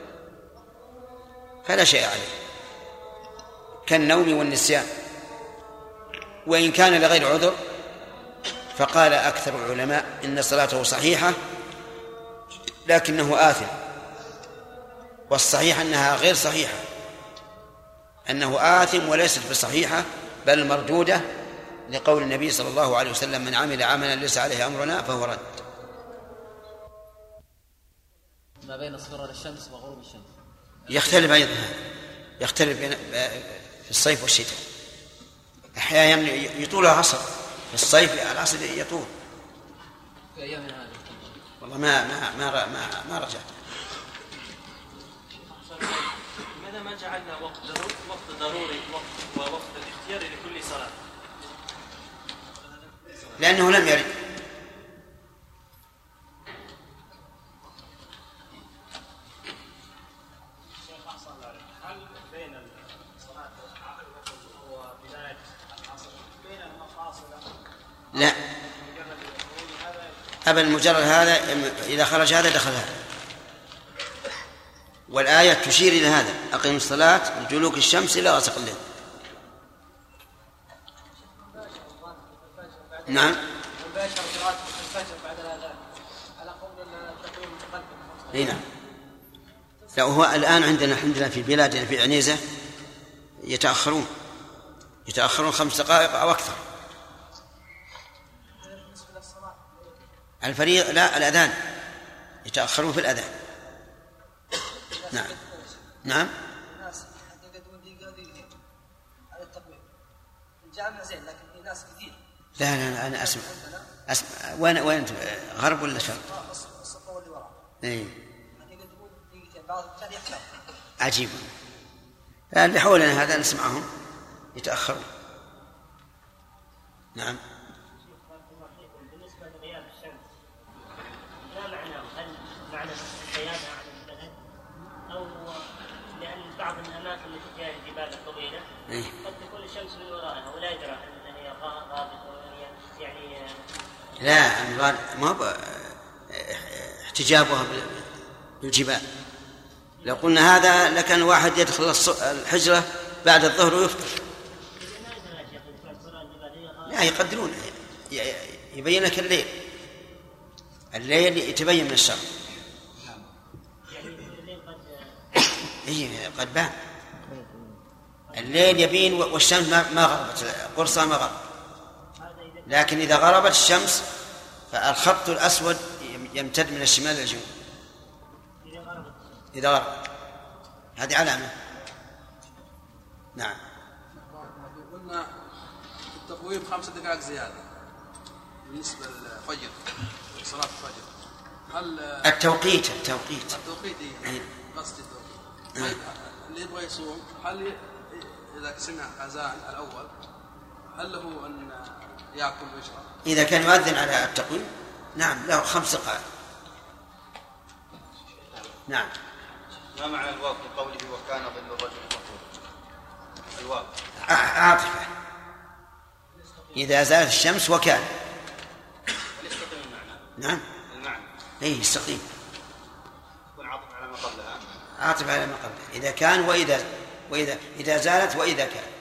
فلا شيء عليه كالنوم والنسيان، وإن كان لغير عذر فقال أكثر العلماء إن صلاته صحيحة لكنه آثم، والصحيح أنها غير صحيحة، أنه آثم وليست بصحيحة بل مردودة، لقول النبي صلى الله عليه وسلم من عمل عملا ليس عليه أمرنا فهو رد. ما بين اصفرار الشمس وغروب الشمس يختلف أيضا، يختلف في الصيف والشتاء. أحيانا يطول العصر في الصيف، العصر يطول. في أيامنا هذه والله ما رجعت. لماذا ما جعلنا وقت ضروري ووقت الاختيار لكل صلاة؟ لأنه لم يرد. هل بين الصلاة وبداية العصر بينهما فاصلة؟ لا، أبا المجرد هذا إذا خرج هذا دخل هذا، والآية تشير إلى هذا: أقيم الصلاة لدلوك الشمس إلى غسق الليل. نعم. مباشرة قراءة الفجر بعد الأذان على قول التقويم المتقدم. اي نعم. لا، هو الآن عندنا الحمد لله في بلادنا في عنيزة يتأخرون 5 دقائق أو أكثر. الفريق لا، الأذان يتأخرون في الأذان. نعم. الناس يقدمون دقيقة على التقويم. الجامع زين لكن في ناس كثير. لا أنا أسمع. وين أنت، غرب ولا شرق؟ الصف اللي وراء. إيه. يقدمون دقيقتين بعض الثاني يحتاج. عجيب. اللي حولنا هذا نسمعهم يتأخرون. نعم. بالنسبة لغياب الشمس لا معناه، هل معنى الحيادة عن البلد أو لأن بعض الأماكن التي فيها الجبال الطويلة قد تكون الشمس من ورائها ولا يدرى أن هي غابت يعني لا، ما احتجابها بالجبال، لو قلنا هذا لكان واحد يدخل الحجرة بعد الظهر ويفطر. لا يقدرون، يبين لك الليل يتبين من الشر. إيه قد بان الليل يبين والشمس ما غربت، قرصها ما غربت. لكن إذا غربت الشمس فالخط الأسود يمتد من الشمال إلى الجنوب إذا غربت، هذه علامة. نعم. قلنا التقويم 5 دقائق زيادة بالنسبة للفجر، صلاة الفجر. هل التوقيت إيه قصدي التوقيت. اللي يبغى يصوم هل إذا سمع أذان الأول هل له أن يأكل ويشرب؟ إذا كان يؤذن على التقويم نعم له 5 دقائق. نعم. ما معنى الواو في قوله وكان ظل الرجل مطلوب؟ الواو عاطفة إذا زالت الشمس وكان. يستقيم المعنى. نعم. المعنى. إيه يستقيم. يكون عاطف على ما قبلها. عاطف على ما قبلها إذا كان وإذا زالت وإذا كان.